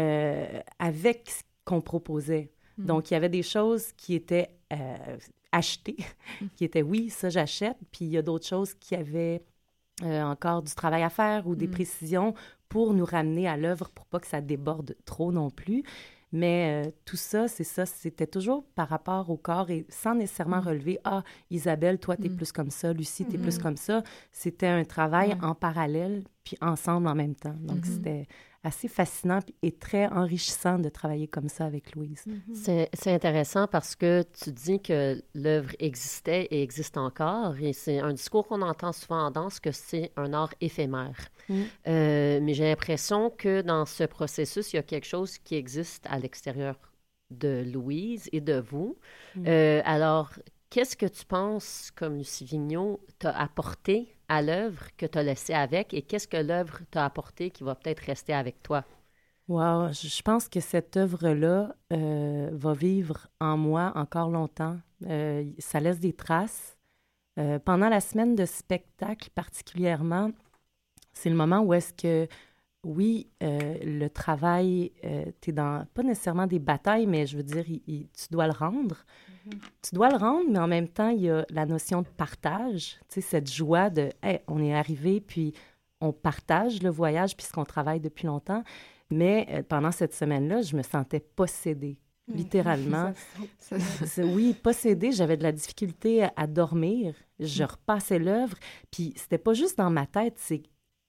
avec ce qu'on proposait. Donc, il y avait des choses qui étaient achetées, qui étaient, oui, ça j'achète, puis il y a d'autres choses qui avaient encore du travail à faire ou des précisions pour nous ramener à l'œuvre pour pas que ça déborde trop non plus. Mais tout ça, c'était toujours par rapport au corps et sans nécessairement relever « Ah, Isabelle, toi, t'es plus comme ça. Lucie, t'es plus comme ça. » C'était un travail en parallèle puis ensemble en même temps. Donc, c'était assez fascinant et très enrichissant de travailler comme ça avec Louise. C'est intéressant parce que tu dis que l'œuvre existait et existe encore, et c'est un discours qu'on entend souvent en danse, que c'est un art éphémère. Mais j'ai l'impression que dans ce processus, il y a quelque chose qui existe à l'extérieur de Louise et de vous. Alors, qu'est-ce que tu penses, comme Lucie Vigneault, t'a apporté à l'œuvre que tu as laissé avec, et qu'est-ce que l'œuvre t'a apporté qui va peut-être rester avec toi? Wow, je pense que cette œuvre-là va vivre en moi encore longtemps. Ça laisse des traces. Pendant la semaine de spectacle particulièrement, c'est le moment où est-ce que, oui, le travail, t'es dans, pas nécessairement des batailles, mais je veux dire, tu dois le rendre. Tu dois le rendre, mais en même temps, il y a la notion de partage, tu sais, cette joie de « Hey, on est arrivé, puis on partage le voyage puisqu'on travaille depuis longtemps. » Mais pendant cette semaine-là, je me sentais possédée, littéralement. Oui, possédée, j'avais de la difficulté à dormir. Je repassais l'œuvre, puis c'était pas juste dans ma tête, c'est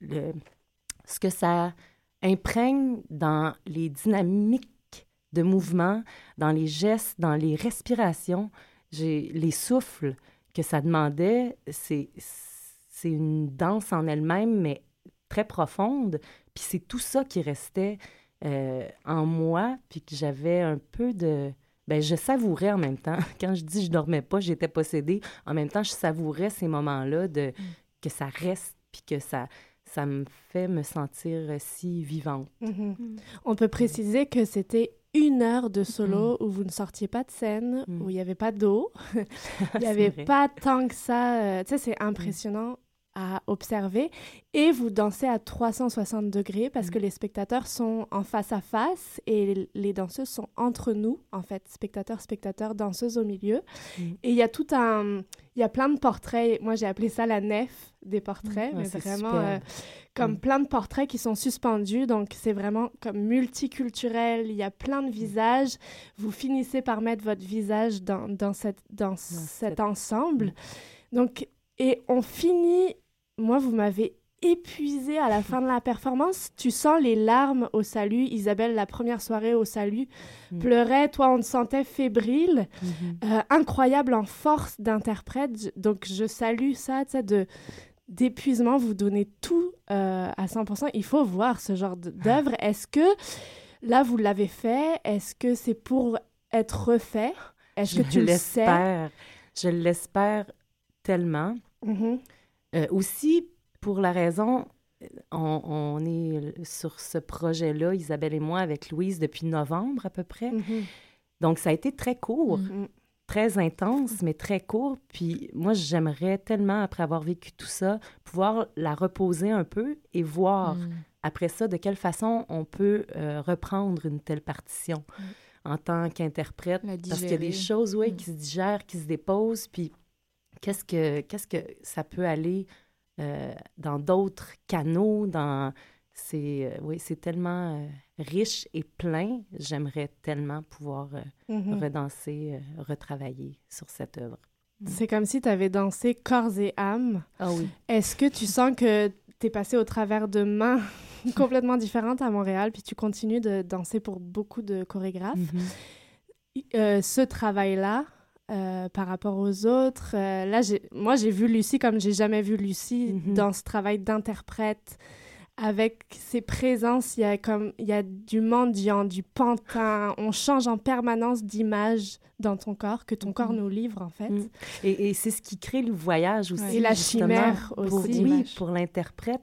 ce que ça imprègne dans les dynamiques de mouvement, dans les gestes, dans les respirations. Les souffles que ça demandait, c'est une danse en elle-même, mais très profonde. Puis c'est tout ça qui restait en moi, puis que j'avais un peu de... je savourais en même temps. Quand je dis je dormais pas, j'étais possédée. En même temps, je savourais ces moments-là que ça reste, puis que ça me fait me sentir si vivante. On peut préciser que c'était 1 heure de solo où vous ne sortiez pas de scène, où il n'y avait pas d'eau. Il n'y avait pas tant que ça. Tu sais, c'est impressionnant à observer. Et vous dansez à 360 degrés parce que les spectateurs sont en face à face et les danseuses sont entre nous, en fait, spectateurs, danseuses au milieu. Et il y a il y a plein de portraits. Moi, j'ai appelé ça la nef des portraits, mais vraiment comme plein de portraits qui sont suspendus. Donc, c'est vraiment comme multiculturel. Il y a plein de visages. Vous finissez par mettre votre visage dans cet ensemble. Donc, et on finit... Moi, vous m'avez épuisée à la fin de la performance. Tu sens les larmes au salut. Isabelle, la première soirée au salut, pleurait. Toi, on te sentait fébrile. Incroyable en force d'interprète. Donc, je salue ça, tu sais, d'épuisement. Vous donnez tout à 100%. Il faut voir ce genre d'œuvre. Est-ce que, là, vous l'avez fait? Est-ce que c'est pour être refait? Est-ce que tu le sais? Je l'espère tellement. Aussi, pour la raison, on est sur ce projet-là, Isabelle et moi, avec Louise, depuis novembre à peu près. Donc, ça a été très court, très intense, mais très court. Puis moi, j'aimerais tellement, après avoir vécu tout ça, pouvoir la reposer un peu et voir, après ça, de quelle façon on peut reprendre une telle partition en tant qu'interprète. Parce qu'il y a des choses qui se digèrent, qui se déposent, puis... Qu'est-ce que ça peut aller dans d'autres canaux, c'est tellement riche et plein. J'aimerais tellement pouvoir redanser, retravailler sur cette œuvre. C'est comme si tu avais dansé corps et âme. Ah oui. Est-ce que tu sens que tu es passé au travers de mains complètement différentes à Montréal, puis tu continues de danser pour beaucoup de chorégraphes? Ce travail-là, par rapport aux autres. Là, moi, j'ai vu Lucie comme j'ai jamais vu Lucie dans ce travail d'interprète. Avec ses présences, il y a du mendiant, du pantin. On change en permanence d'image dans ton corps, que ton corps nous livre, en fait. Et c'est ce qui crée le voyage aussi. Et la chimère aussi. Pour l'interprète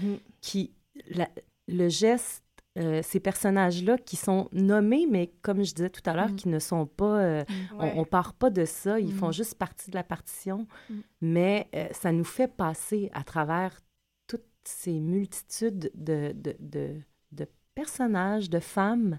le geste, ces personnages-là qui sont nommés, mais comme je disais tout à l'heure, qui ne sont pas... on part pas de ça, ils font juste partie de la partition, mais ça nous fait passer à travers toutes ces multitudes de personnages, de femmes,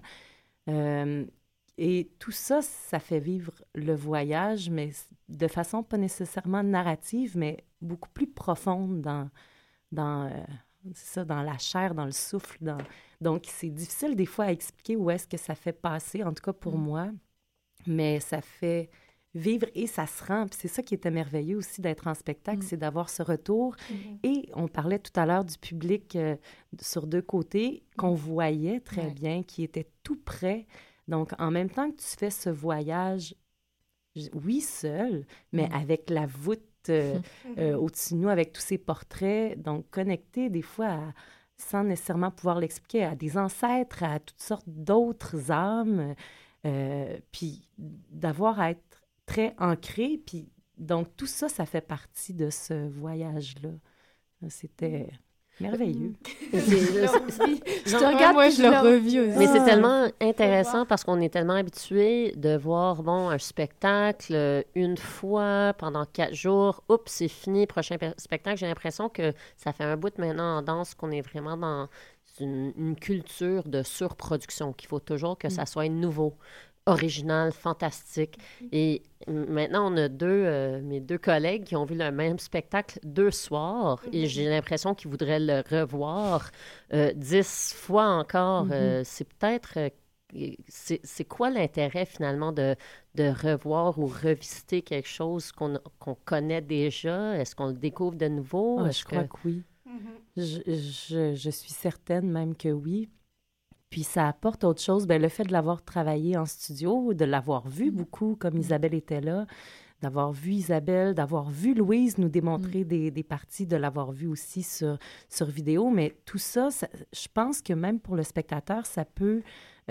et tout ça, ça fait vivre le voyage, mais de façon pas nécessairement narrative, mais beaucoup plus profonde dans la chair, dans le souffle, Donc, c'est difficile des fois à expliquer où est-ce que ça fait passer, en tout cas pour moi, mais ça fait vivre et ça se rend. Puis c'est ça qui était merveilleux aussi d'être en spectacle, c'est d'avoir ce retour. Et on parlait tout à l'heure du public sur deux côtés qu'on voyait très bien, qui était tout près. Donc, en même temps que tu fais ce voyage, oui, seul, mais avec la voûte au-dessus de nous, avec tous ces portraits, donc connectés des fois sans nécessairement pouvoir l'expliquer, à des ancêtres, à toutes sortes d'autres âmes, puis d'avoir à être très ancré, puis donc tout ça, ça fait partie de ce voyage-là. C'était merveilleux. Je te regarde, moi, je le revis aussi. Mais c'est tellement intéressant parce qu'on est tellement habitué de voir, un spectacle une fois pendant 4 jours. Oups, c'est fini, prochain spectacle. J'ai l'impression que ça fait un bout maintenant en danse qu'on est vraiment dans une culture de surproduction, qu'il faut toujours que ça soit nouveau, original, fantastique. Et maintenant, on a mes deux collègues qui ont vu le même spectacle 2 soirs et j'ai l'impression qu'ils voudraient le revoir 10 fois encore. C'est peut-être... c'est quoi l'intérêt, finalement, de revoir ou revisiter quelque chose qu'on connaît déjà? Est-ce qu'on le découvre de nouveau? Je crois que oui. Je suis certaine même que oui. Puis ça apporte autre chose. Le fait de l'avoir travaillé en studio, de l'avoir vu beaucoup, comme Isabelle était là, d'avoir vu Isabelle, d'avoir vu Louise nous démontrer des parties, de l'avoir vu aussi sur vidéo. Mais tout ça, je pense que même pour le spectateur, ça peut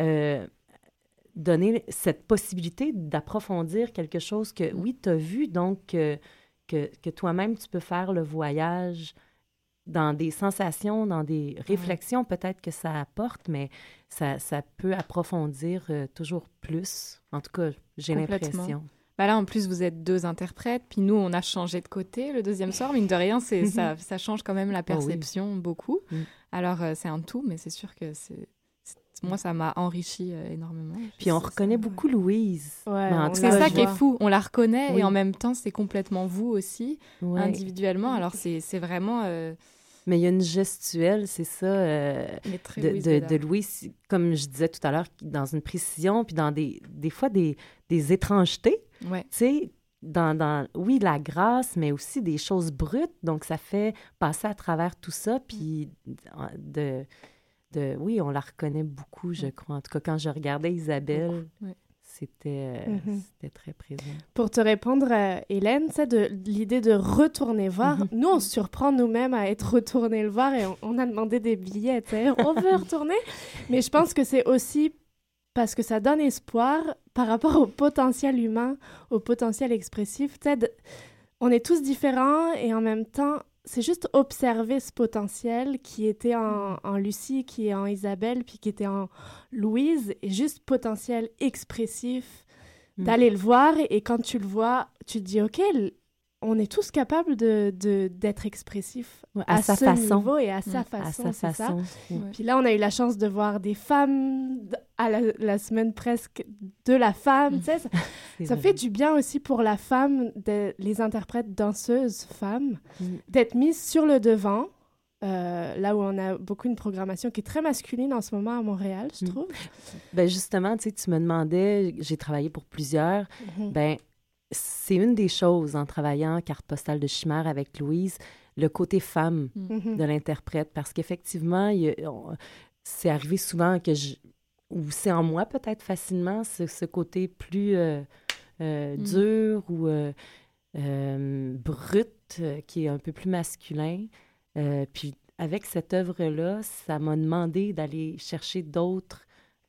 donner cette possibilité d'approfondir quelque chose que, oui, tu as vu, donc que toi-même, tu peux faire le voyage dans des sensations, dans des réflexions peut-être que ça apporte, mais ça peut approfondir toujours plus. En tout cas, j'ai l'impression. Bah là, en plus, vous êtes 2 interprètes, puis nous, on a changé de côté le deuxième soir. Mine de rien, ça change quand même la perception beaucoup. Alors, c'est un tout, mais c'est sûr que moi, ça m'a enrichi énormément. Puis on reconnaît beaucoup Louise. Ouais, c'est ça qui est fou. On la reconnaît et en même temps, c'est complètement vous aussi, individuellement. Alors, c'est vraiment... Mais il y a une gestuelle, c'est ça, de Louise, comme je disais tout à l'heure, dans une précision, puis dans des fois des étrangetés. Tu sais, dans la grâce, mais aussi des choses brutes. Donc, ça fait passer à travers tout ça, puis oui, on la reconnaît beaucoup, je crois. En tout cas, quand je regardais Isabelle, c'était très présent. Pour te répondre, Hélène, c'est de l'idée de retourner voir. Nous, on se surprend nous-mêmes à être retournés le voir et on a demandé des billets. On veut retourner. Mais je pense que c'est aussi parce que ça donne espoir par rapport au potentiel humain, au potentiel expressif. On est tous différents et en même temps, c'est juste observer ce potentiel qui était en Lucie, qui est en Isabelle, puis qui était en Louise, et juste potentiel expressif, d'aller le voir, et quand tu le vois, tu te dis, OK, on est tous capables d'être expressifs à sa façon. Niveau et à sa façon, à sa façon. Puis là, on a eu la chance de voir des femmes à la semaine presque de la femme. Ça fait du bien aussi pour la femme, les interprètes danseuses femmes, d'être mises sur le devant, là où on a beaucoup une programmation qui est très masculine en ce moment à Montréal, je trouve. Ben justement, tu me demandais, j'ai travaillé pour plusieurs, c'est une des choses en travaillant Carte postale de chimère avec Louise, le côté femme de l'interprète, parce qu'effectivement, c'est arrivé souvent ou c'est en moi peut-être facilement, ce côté plus dur ou brut, qui est un peu plus masculin. Puis avec cette œuvre-là, ça m'a demandé d'aller chercher d'autres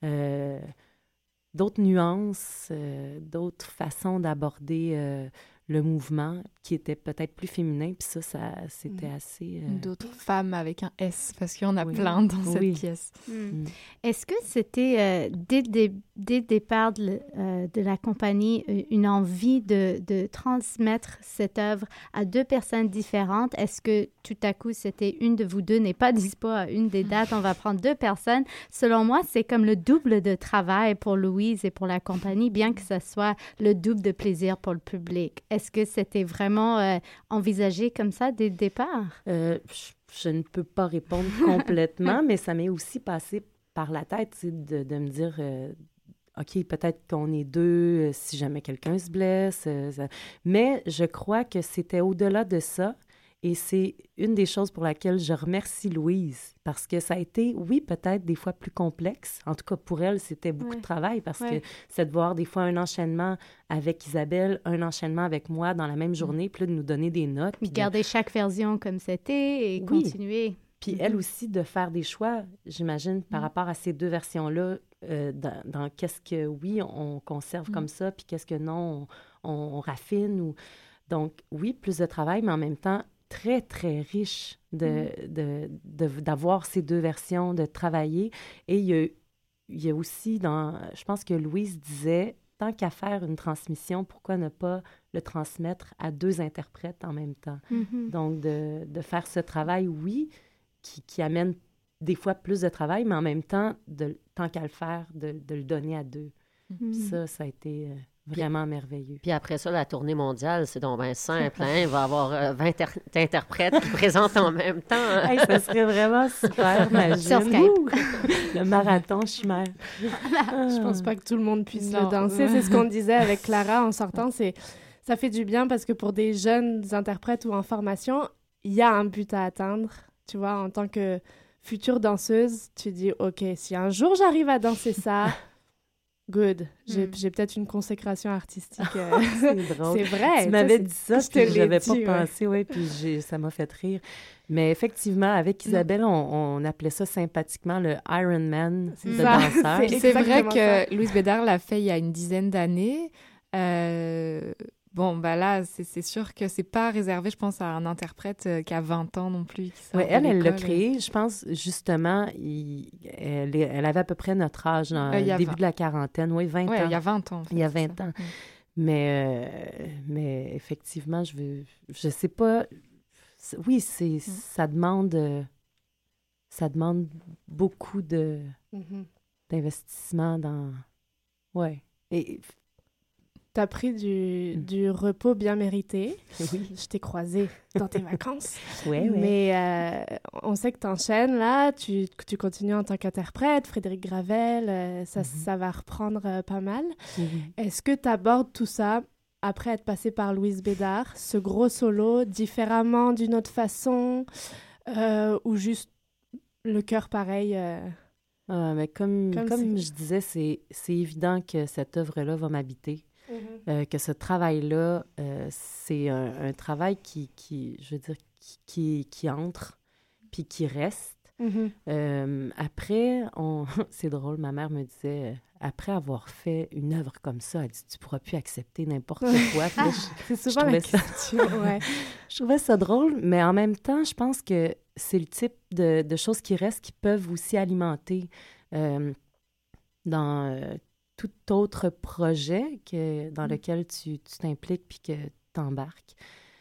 nuances, d'autres façons d'aborder le mouvement qui était peut-être plus féminin. Puis ça c'était assez... D'autres femmes avec un S, parce qu'il y en a plein dans cette pièce. Est-ce que c'était, dès le départ de la compagnie, une envie de transmettre cette œuvre à 2 personnes différentes? Est-ce que tout à coup, c'était une de vous deux n'est pas dispo à une des dates, on va prendre 2 personnes? Selon moi, c'est comme le double de travail pour Louise et pour la compagnie, bien que ça soit le double de plaisir pour le public. Est-ce que c'était vraiment envisagé comme ça dès le départ? Je ne peux pas répondre complètement, mais ça m'est aussi passé par la tête de me dire, OK, peut-être qu'on est 2 si jamais quelqu'un se blesse. Mais je crois que c'était au-delà de ça. Et c'est une des choses pour laquelle je remercie Louise, parce que ça a été, oui, peut-être des fois plus complexe. En tout cas, pour elle, c'était beaucoup de travail, parce que c'est de voir des fois un enchaînement avec Isabelle, un enchaînement avec moi dans la même journée, puis là, de nous donner des notes. Puis garder chaque version comme c'était et continuer. Puis elle aussi, de faire des choix, j'imagine, par rapport à ces 2 versions-là, dans qu'est-ce que, oui, on conserve comme ça, puis qu'est-ce que non, on raffine. Donc, oui, plus de travail, mais en même temps, très, très riche d'avoir ces 2 versions, de travailler. Et il y a aussi, je pense que Louise disait, tant qu'à faire une transmission, pourquoi ne pas le transmettre à 2 interprètes en même temps? Donc, de faire ce travail, oui, qui amène des fois plus de travail, mais en même temps, tant qu'à le faire, de le donner à 2. Ça a été... vraiment merveilleux. Puis après ça, la tournée mondiale, c'est donc bien simple. Il va y avoir 20 interprètes qui présentent en même temps. Hey, ça serait vraiment super, imagine. Sur Skype. Le marathon chimère. Je pense pas que tout le monde puisse le danser. C'est ce qu'on disait avec Clara en sortant. Ça fait du bien parce que pour des jeunes interprètes ou en formation, il y a un but à atteindre. Tu vois, en tant que future danseuse, tu dis, OK, si un jour j'arrive à danser ça... Good. J'ai peut-être une consécration artistique. C'est drôle. C'est vrai. Tu m'avais dit ça, puis je n'avais pas pensé, puis ça m'a fait rire. Mais effectivement, avec Isabelle, on appelait ça sympathiquement le Iron Man de danseur. C'est vrai que Louise Bédard l'a fait il y a une dizaine d'années. Bon, bah là, c'est sûr que c'est pas réservé, je pense, à un interprète qui a 20 ans non plus. Oui, elle l'a créé, je pense, justement, elle avait à peu près notre âge, dans le début de la quarantaine, 20 ans. Oui, il y a 20 ans. En fait, il y a 20 ans. Mais effectivement, je sais pas. Oui, ça demande beaucoup d'investissement dans. Ouais. Et t'as pris du repos bien mérité. Oui. Je t'ai croisé dans tes vacances. Oui. Mais on sait que t'enchaînes là. Tu continues en tant qu'interprète. Frédéric Gravel, ça va reprendre pas mal. Est-ce que t'abordes tout ça après être passé par Louise Bédard, ce gros solo, différemment, d'une autre façon, ou juste le cœur pareil mais comme je disais, c'est évident que cette œuvre-là va m'habiter, que ce travail-là, c'est un travail qui entre, puis qui reste. Après, c'est drôle, ma mère me disait, après avoir fait une œuvre comme ça, elle dit, tu pourras plus accepter n'importe quoi. C'est souvent la question, ouais. Je trouvais ça drôle, mais en même temps, je pense que c'est le type de choses qui restent qui peuvent aussi alimenter dans tout autre projet dans lequel tu t'impliques puis que tu t'embarques.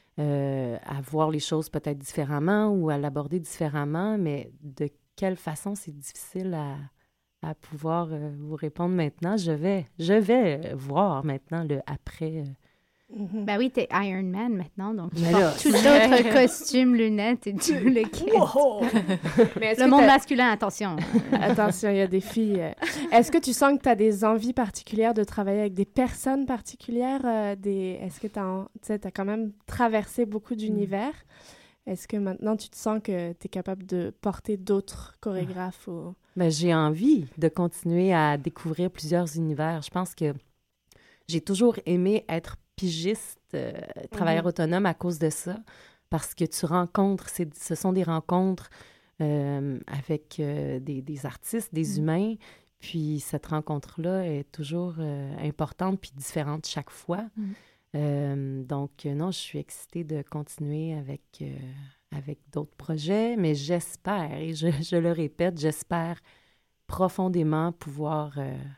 À voir les choses peut-être différemment ou à l'aborder différemment, mais de quelle façon, c'est difficile à pouvoir vous répondre maintenant. Je vais voir maintenant le après. Ben oui, t'es Iron Man maintenant, donc tu portes tout d'autres costumes, lunettes et tout le kit. Mais le monde masculin, attention. Attention, il y a des filles. Est-ce que tu sens que tu as des envies particulières de travailler avec des personnes particulières? Est-ce que tu as quand même traversé beaucoup d'univers? Est-ce que maintenant, tu te sens que tu es capable de porter d'autres chorégraphes? Ben, j'ai envie de continuer à découvrir plusieurs univers. Je pense que j'ai toujours aimé être pigiste, travailleur autonome à cause de ça, parce que tu rencontres, ce sont des rencontres avec des artistes, des humains, puis cette rencontre-là est toujours importante puis différente chaque fois. Donc, non, je suis excitée de continuer avec d'autres projets, mais j'espère, et je le répète, j'espère profondément pouvoir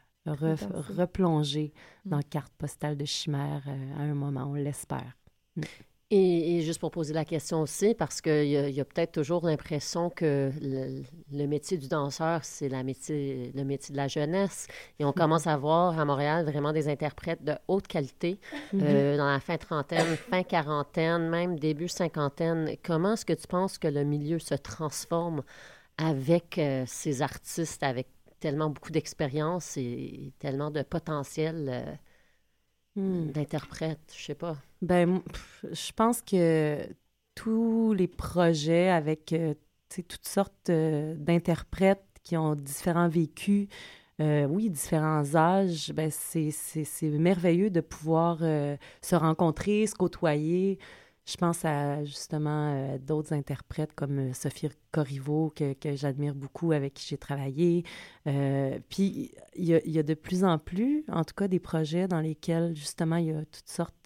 replonger dans Carte postale de chimère à un moment, on l'espère. Et juste pour poser la question aussi, parce qu'il y a peut-être toujours l'impression que le métier du danseur, c'est le métier de la jeunesse. Et on commence à voir à Montréal vraiment des interprètes de haute qualité dans la fin trentaine, fin quarantaine, même début cinquantaine. Comment est-ce que tu penses que le milieu se transforme avec ces artistes, avec tellement beaucoup d'expérience et tellement de potentiel d'interprète, je sais pas. Ben, je pense que tous les projets avec toutes sortes d'interprètes qui ont différents vécus, différents âges, ben c'est merveilleux de pouvoir se rencontrer, se côtoyer. Je pense à justement d'autres interprètes comme Sophie Corriveau, que j'admire beaucoup, avec qui j'ai travaillé. Puis il y a de plus en plus, en tout cas, des projets dans lesquels justement il y a toutes sortes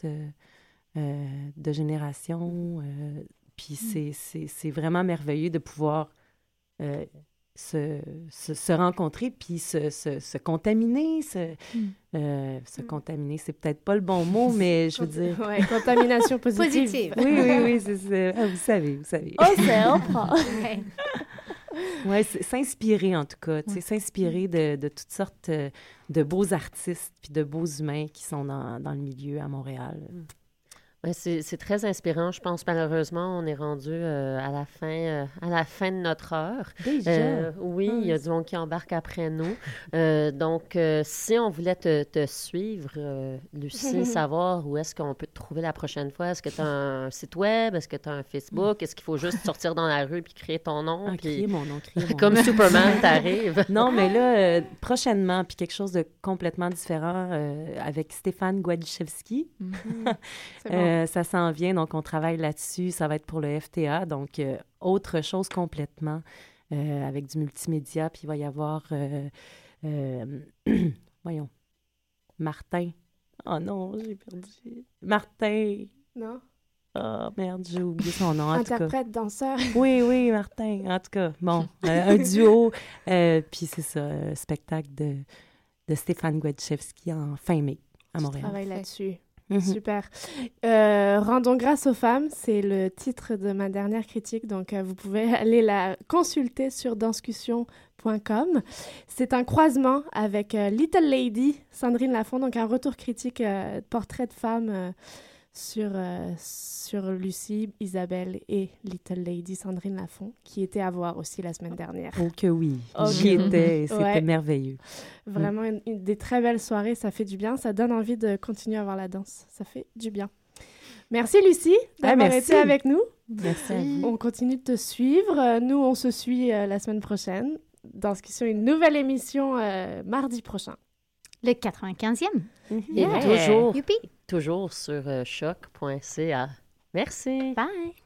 de générations. Puis c'est vraiment merveilleux de pouvoir se rencontrer puis se contaminer. Se contaminer, c'est peut-être pas le bon mot, mais je veux dire... Ouais, contamination positive. Oui, c'est ça. Ah, vous savez. Oh, c'est on prend. Oui, s'inspirer en tout cas, s'inspirer de toutes sortes de beaux artistes puis de beaux humains qui sont dans le milieu à Montréal. C'est très inspirant. Je pense, malheureusement, on est rendu à la fin de notre heure. Déjà? Oui, il y a du monde qui embarque après nous. Donc, si on voulait te suivre, Lucie, savoir où est-ce qu'on peut te trouver la prochaine fois, est-ce que tu as un site web? Est-ce que tu as un Facebook? Est-ce qu'il faut juste sortir dans la rue puis créer ton nom? Crier mon nom, comme Superman, t'arrives. Non, mais là, prochainement, puis quelque chose de complètement différent avec Stéphane Gwadziszewski. C'est bon. Ça s'en vient, donc on travaille là-dessus. Ça va être pour le FTA, donc autre chose complètement avec du multimédia. Puis il va y avoir, voyons, Martin. Oh non, j'ai perdu. Martin. Non? Oh merde, j'ai oublié son nom, en tout cas. Interprète, danseur. Oui, Martin, en tout cas. Bon, un duo. Puis c'est ça, spectacle de Stéphane Gwadziszewski en fin mai. à Montréal. Tu travailles là-dessus. Mm-hmm. Super. Rendons grâce aux femmes, c'est le titre de ma dernière critique, donc vous pouvez aller la consulter sur danscussion.com. C'est un croisement avec Little Lady, Sandrine Lafond, donc un retour critique, portrait de femme sur Lucie, Isabelle et Little Lady, Sandrine Lafond, qui était à voir aussi la semaine dernière. Oh que oui, j'y étais, c'était merveilleux. Vraiment des très belles soirées, ça fait du bien, ça donne envie de continuer à voir la danse, ça fait du bien. Merci Lucie d'avoir été avec nous. Merci à vous. On continue de te suivre, nous on se suit la semaine prochaine, Danscussion, une nouvelle émission mardi prochain. Le 95e. Et toujours sur choc.ca. Merci. Bye.